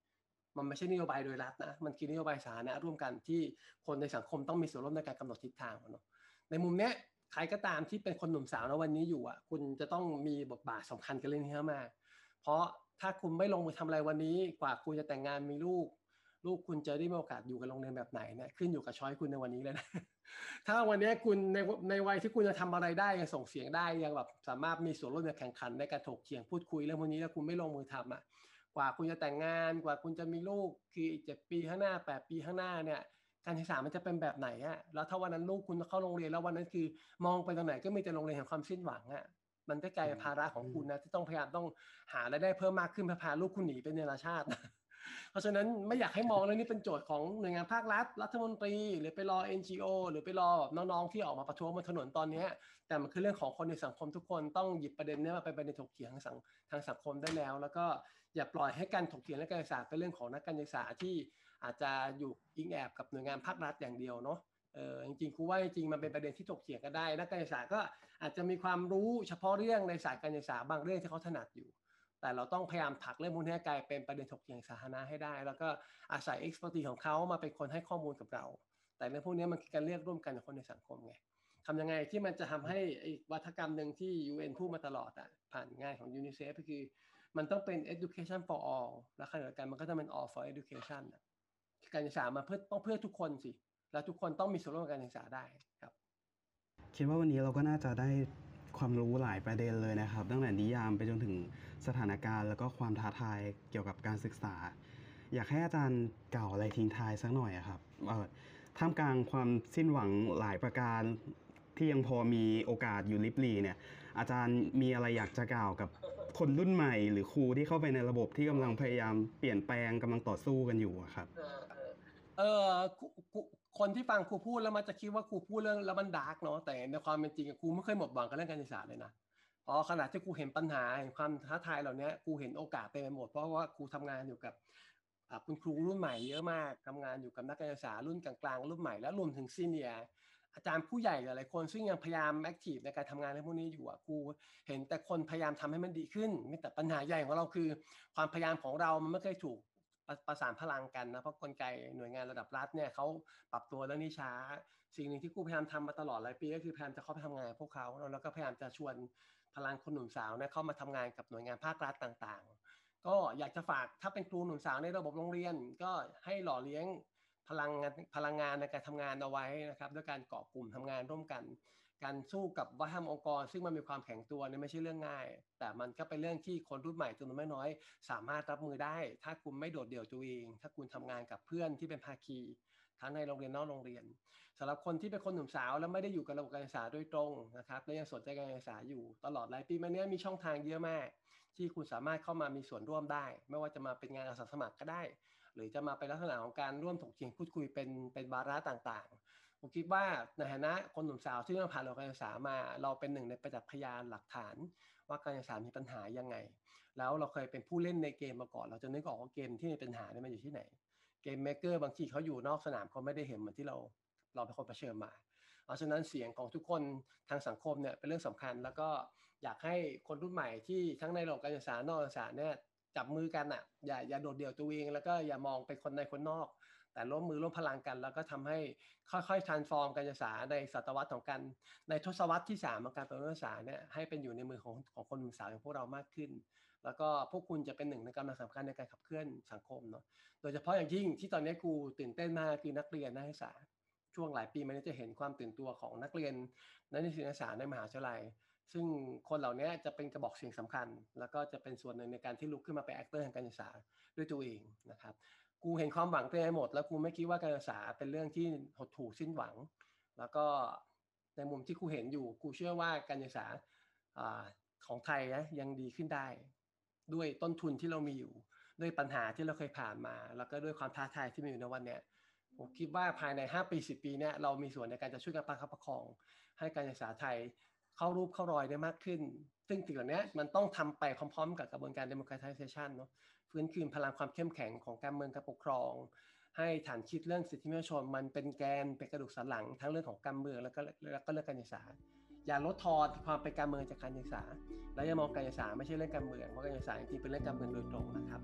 Speaker 2: มันไม่ใช่นโยบายโดยรัฐนะมันคือนโยบายสาธารณะร่วมกันที่คนในสังคมต้องมีส่วนร่วมในการกำหนดทิศทางเนาะในมุมเนี้ยใครก็ตามที่เป็นคนหนุ่มสาวในวันนี้อยู่อ่ะคุณจะต้องมีบทบาทสำคัญกับเรื่องนี้มากเพราะถ้าคุณไม่ลงมือทำอะไรวันนี้กว่าคุณจะแต่งงานมีลูกลูกคุณจะได้มีโอกาสอยู่กับโรงเรียนแบบไหนเนี่ยขึ้นอยู่กับช้อยคุณในวันนี้เลยนะ ถ้าวันนี้คุณในในวัยที่คุณจะทำอะไรได้ยังส่งเสียงได้ยังแบบสามารถมีส่วนร่วมในแข่งขันในการถกเถียงพูดคุยเรื่องพวกนี้แล้วคุณไม่ลงมือทำอ่ะกว่าคุณจะแต่งงานกว่าคุณจะมีลูกคืออีกเจ็ดปีข้างหน้าแปดปีข้างหน้าเนี่ยการศึกษามันจะเป็นแบบไหนอ่ะแล้วถ้าวันนั้นลูกคุณเข้าโรงเรียนแล้ววันนั้นคือมองไปตรงไหนก็มีแต่โรงเรียนแห่งความสิ้นหวังอ่ะมันก็กลายเป็นภาระของคุณนะที่ต้องพยายามต้องหารายได้เพิ่มมากขึ้นเพื่อพาลูกคุณหนีไปเนรชาติ เพราะฉะนั้นไม่อยากให้มองเรื่องนี้เป็นโจทย์ของหน่วยงานภาครัฐรัฐมนตรีหรือไปรอ เอ็น จี โอ หรือไปรอน้องๆที่ออกมาประท้วงบนถนนตอนนี้แต่มันคือเรื่องของคนในสังคมทุกคนต้องหยิบประเด็นนี้มาเป็นประเด็นถกเถียงทางสังทางสังคมได้แล้วแล้วก็อย่าปล่อยให้การถกเถียงและการศึกษาเป็นเรื่องของนักการศึกษาที่อาจจะอยู่อิงแอบกับหน่วยงานภาครัฐอย่างเดียวเนาะเออจริงๆครูว่าจริงๆมันเป็นประเด็นที่ถกเถียงกันได้นักการศึกษาก็อาจจะมีความรู้เฉพาะเรื่องในสายการศึกษาบางเรื่องที่เขาถนัดอยู่แต่เราต้องพยายามผลักเรื่องพวกนี้กลายเป็นประเด็นถกเถียงสาธารณะให้ได้แล้วก็อาศัย expertise ของเขามาเป็นคนให้ข้อมูลกับเราแต่เรื่องพวกนี้มันคือการเรียกร่วมกันของคนในสังคมไงทำยังไงที่มันจะทำให้วัฒกรรมหนึ่งที่ ยู เอ็น พูดมาตลอดอ่ะผ่านงานของ ยูนิเซฟ ก็คือมันต้องเป็น education for all และขณะเดียวกันมันก็จะเป็น all for education การศึกษามาเพื่อต้องเพื่อทุกคนสิแล้วทุกคนต้องมีส่วนร่วมในการศึกษาได้ครับ
Speaker 1: คิดว่าวันนี้เราก็น่าจะได้ความรู้หลายประเด็นเลยนะครับตั้งแต่นิยามไปจนถึงสถานการณ์แล้วก็ความท้าทายเกี่ยวกับการศึกษาอยากให้อาจารย์กล่าวอะไรทิ้งท้ายสักหน่อยครับเอ่อท่ามกลางความสิ้นหวังหลายประการที่ยังพอมีโอกาสอยู่ลิบหลี่เนี่ยอาจารย์มีอะไรอยากจะกล่าวกับคนรุ่นใหม่หรือครูที่เข้าไปในระบบที่กำลังพยายามเปลี่ยนแปลงกำลังต่อสู้กันอยู่ครับ
Speaker 2: เออคนที่ฟังครูพูดแล้วมันจะคิดว่าครูพูดเรื่องแล้วมันดาร์กเนาะแต่ในความเป็นจริงครูไม่เคยหมดหวังกับเรื่องการศึกษาเลยนะเพราะขณะที่ครูเห็นปัญหาเห็นความท้าทายเหล่านี้ครูเห็นโอกาสเต็มไปหมดเพราะว่าครูทำงานอยู่กับคุณครูรุ่นใหม่เยอะมากทำงานอยู่กับนักการศึกษารุ่นกลางๆรุ่นใหม่และรวมถึงซีเนียร์อาจารย์ผู้ใหญ่หลายๆคนซึ่งยังพยายามแอคทีฟในการทำงานเรื่องพวกนี้อยู่อ่ะครูเห็นแต่คนพยายามทำให้มันดีขึ้นแต่ปัญหาใหญ่ของเราคือความพยายามของเรามันไม่เคยถูกประสานพลังกันนะเพราะกลไกหน่วยงานระดับรัฐเนี่ยเขาปรับตัวเรื่องนี้ช้าสิ่งหนึ่งที่ครูพยายามทำมาตลอดหลายปีก็คือพยายามจะเข้าไปทำงานพวกเขาแล้วก็พยายามจะชวนพลังคนหนุ่มสาวเนี่ยเข้ามาทำงานกับหน่วยงานภาครัฐต่างๆก็อยากจะฝากถ้าเป็นครูหนุ่มสาวในระบบโรงเรียนก็ให้หล่อเลี้ยงพลังงานพลังงานในการทำงานเอาไว้นะครับด้วยการเกาะกลุ่มทำงานร่วมกันการสู้กับวัฒนธรรมองค์กรซึ่งมันมีความแข็งตัวเนี่ยไม่ใช่เรื่องง่ายแต่มันก็เป็นเรื่องที่คนรุ่นใหม่จำนวนไม่น้อยสามารถรับมือได้ถ้าคุณไม่โดดเดี่ยวตัวเองถ้าคุณทำงานกับเพื่อนที่เป็นภาคีทั้งในโรงเรียนนอกโรงเรียนสำหรับคนที่เป็นคนหนุ่มสาวแล้วไม่ได้อยู่กับระบบการศึกษาโดยตรงนะครับและยังสนใจการศึกษาอยู่ตลอดหลายปีมานี้มีช่องทางเยอะมากที่คุณสามารถเข้ามามีส่วนร่วมได้ไม่ว่าจะมาเป็นงานอาสาสมัครก็ได้หรือจะมาเป็นลักษณะของการร่วมถกเถียงพูดคุยเป็นเป็นวาระต่างๆผมคิดว่าในฐานะคนหนุ่มสาวที่ผ่านระบบการศึกษามาเราเป็นหนึ่งในประจักษ์พยานหลักฐานว่าการศึกษามีปัญหายังไงแล้วเราเคยเป็นผู้เล่นในเกมมาก่อนเราจะนึกออกว่าเกมที่มีปัญหาเนี่ยมันอยู่ที่ไหนเกมเมคเกอร์บางทีเขาอยู่นอกสนามเขาไม่ได้เห็นเหมือนที่เราเราเป็นคนเผชิญมาเพราะฉะนั้นเสียงของทุกคนทางสังคมเนี่ยเป็นเรื่องสำคัญแล้วก็อยากให้คนรุ่นใหม่ที่ทั้งในระบบการศึกษานอกการศึกษาเนี่ยจับมือกันอ่ะอย่าอย่าโดดเดี่ยวตัวเองแล้วก็อย่ามองเป็นคนในคนนอกแต่ร่วมมือร่วมพลังกันแล้วก็ทำให้ค่อยๆ transform การศึกษาในศตวรรษของการในทศวรรษที่สามของการปฏิวัติศึกษาเนี่ยให้เป็นอยู่ในมือของของคนหนุ่มสาวอย่างพวกเรามากขึ้นแล้วก็พวกคุณจะเป็นหนึ่งในกำลังสำคัญในการขับเคลื่อนสังคมเนาะโดยเฉพาะอย่างยิ่งที่ตอนนี้ครูตื่นเต้นมากคือนักเรียนนักศึกษาช่วงหลายปีมานี้จะเห็นความตื่นตัวของนักเรียนนักศึกษาในมหาวิทยาลัยซึ่งคนเหล่านี้จะเป็นกระบอกเสียงสำคัญแล้วก็จะเป็นส่วนหนึ่งในการที่ลุกขึ้นมาเป็นแอคเตอร์ทางการศึกษาด้วยตัวเองนะครับกูเห็นความหวังเต็มไปหมดแล้วกูไม่คิดว่าการศึกษาเป็นเรื่องที่หดหู่สิ้นหวังแล้วก็ในมุมที่กูเห็นอยู่กูเชื่อว่าการศึกษาของไทยนะยังดีขึ้นได้ด้วยต้นทุนที่เรามีอยู่ด้วยปัญหาที่เราเคยผ่านมาแล้วก็ด้วยความท้าทายที่มีอยู่ในวันนี้ผมคิดว่าภายในห้าปีสิบปีเนี่ยเรามีส่วนในการจะช่วยกันประคับประคองให้การศึกษาไทยเข้ารูปเข้ารอยได้มากขึ้นซึ่งสิ่งเหล่านี้มันต้องทำไปพร้อมๆกับกระบวนการ democratization เนาะฟื้นคืนพลังความเข้มแข็งของการเมืองการปกครองให้ฐานคิดเรื่องสิทธิมนุษยชนมันเป็นแกนเป็นกระดูกสันหลังทั้งเรื่องของการเมืองแล้วก็แล้วก็เรื่องการศึกษาอย่าลดทอนความเป็นการเมืองจากการศึกษาและอย่ามองการศึกษาไม่ใช่เรื่องการเมืองเพราะการศึกษาจริงๆเป็นเรื่องการเมืองโดยตรงนะครับแค่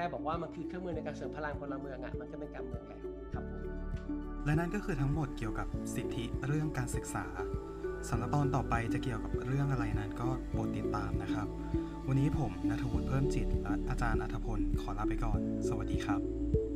Speaker 2: ค่บอกว่ามันคือเครื่องมือในการเสริมพลังพลเมืองอ่ะมันก็เป็นการเมืองแล้วครับผม
Speaker 1: และนั่นก็คือทั้งหมดเกี่ยวกับสิทธิเรื่องการศึกษาสำหรับตอนต่อไปจะเกี่ยวกับเรื่องอะไรนั้นก็โปรดติดตามนะครับวันนี้ผมณัฐวุฒิเพิ่มจิตและอาจารย์อัธพลขอลาไปก่อนสวัสดีครับ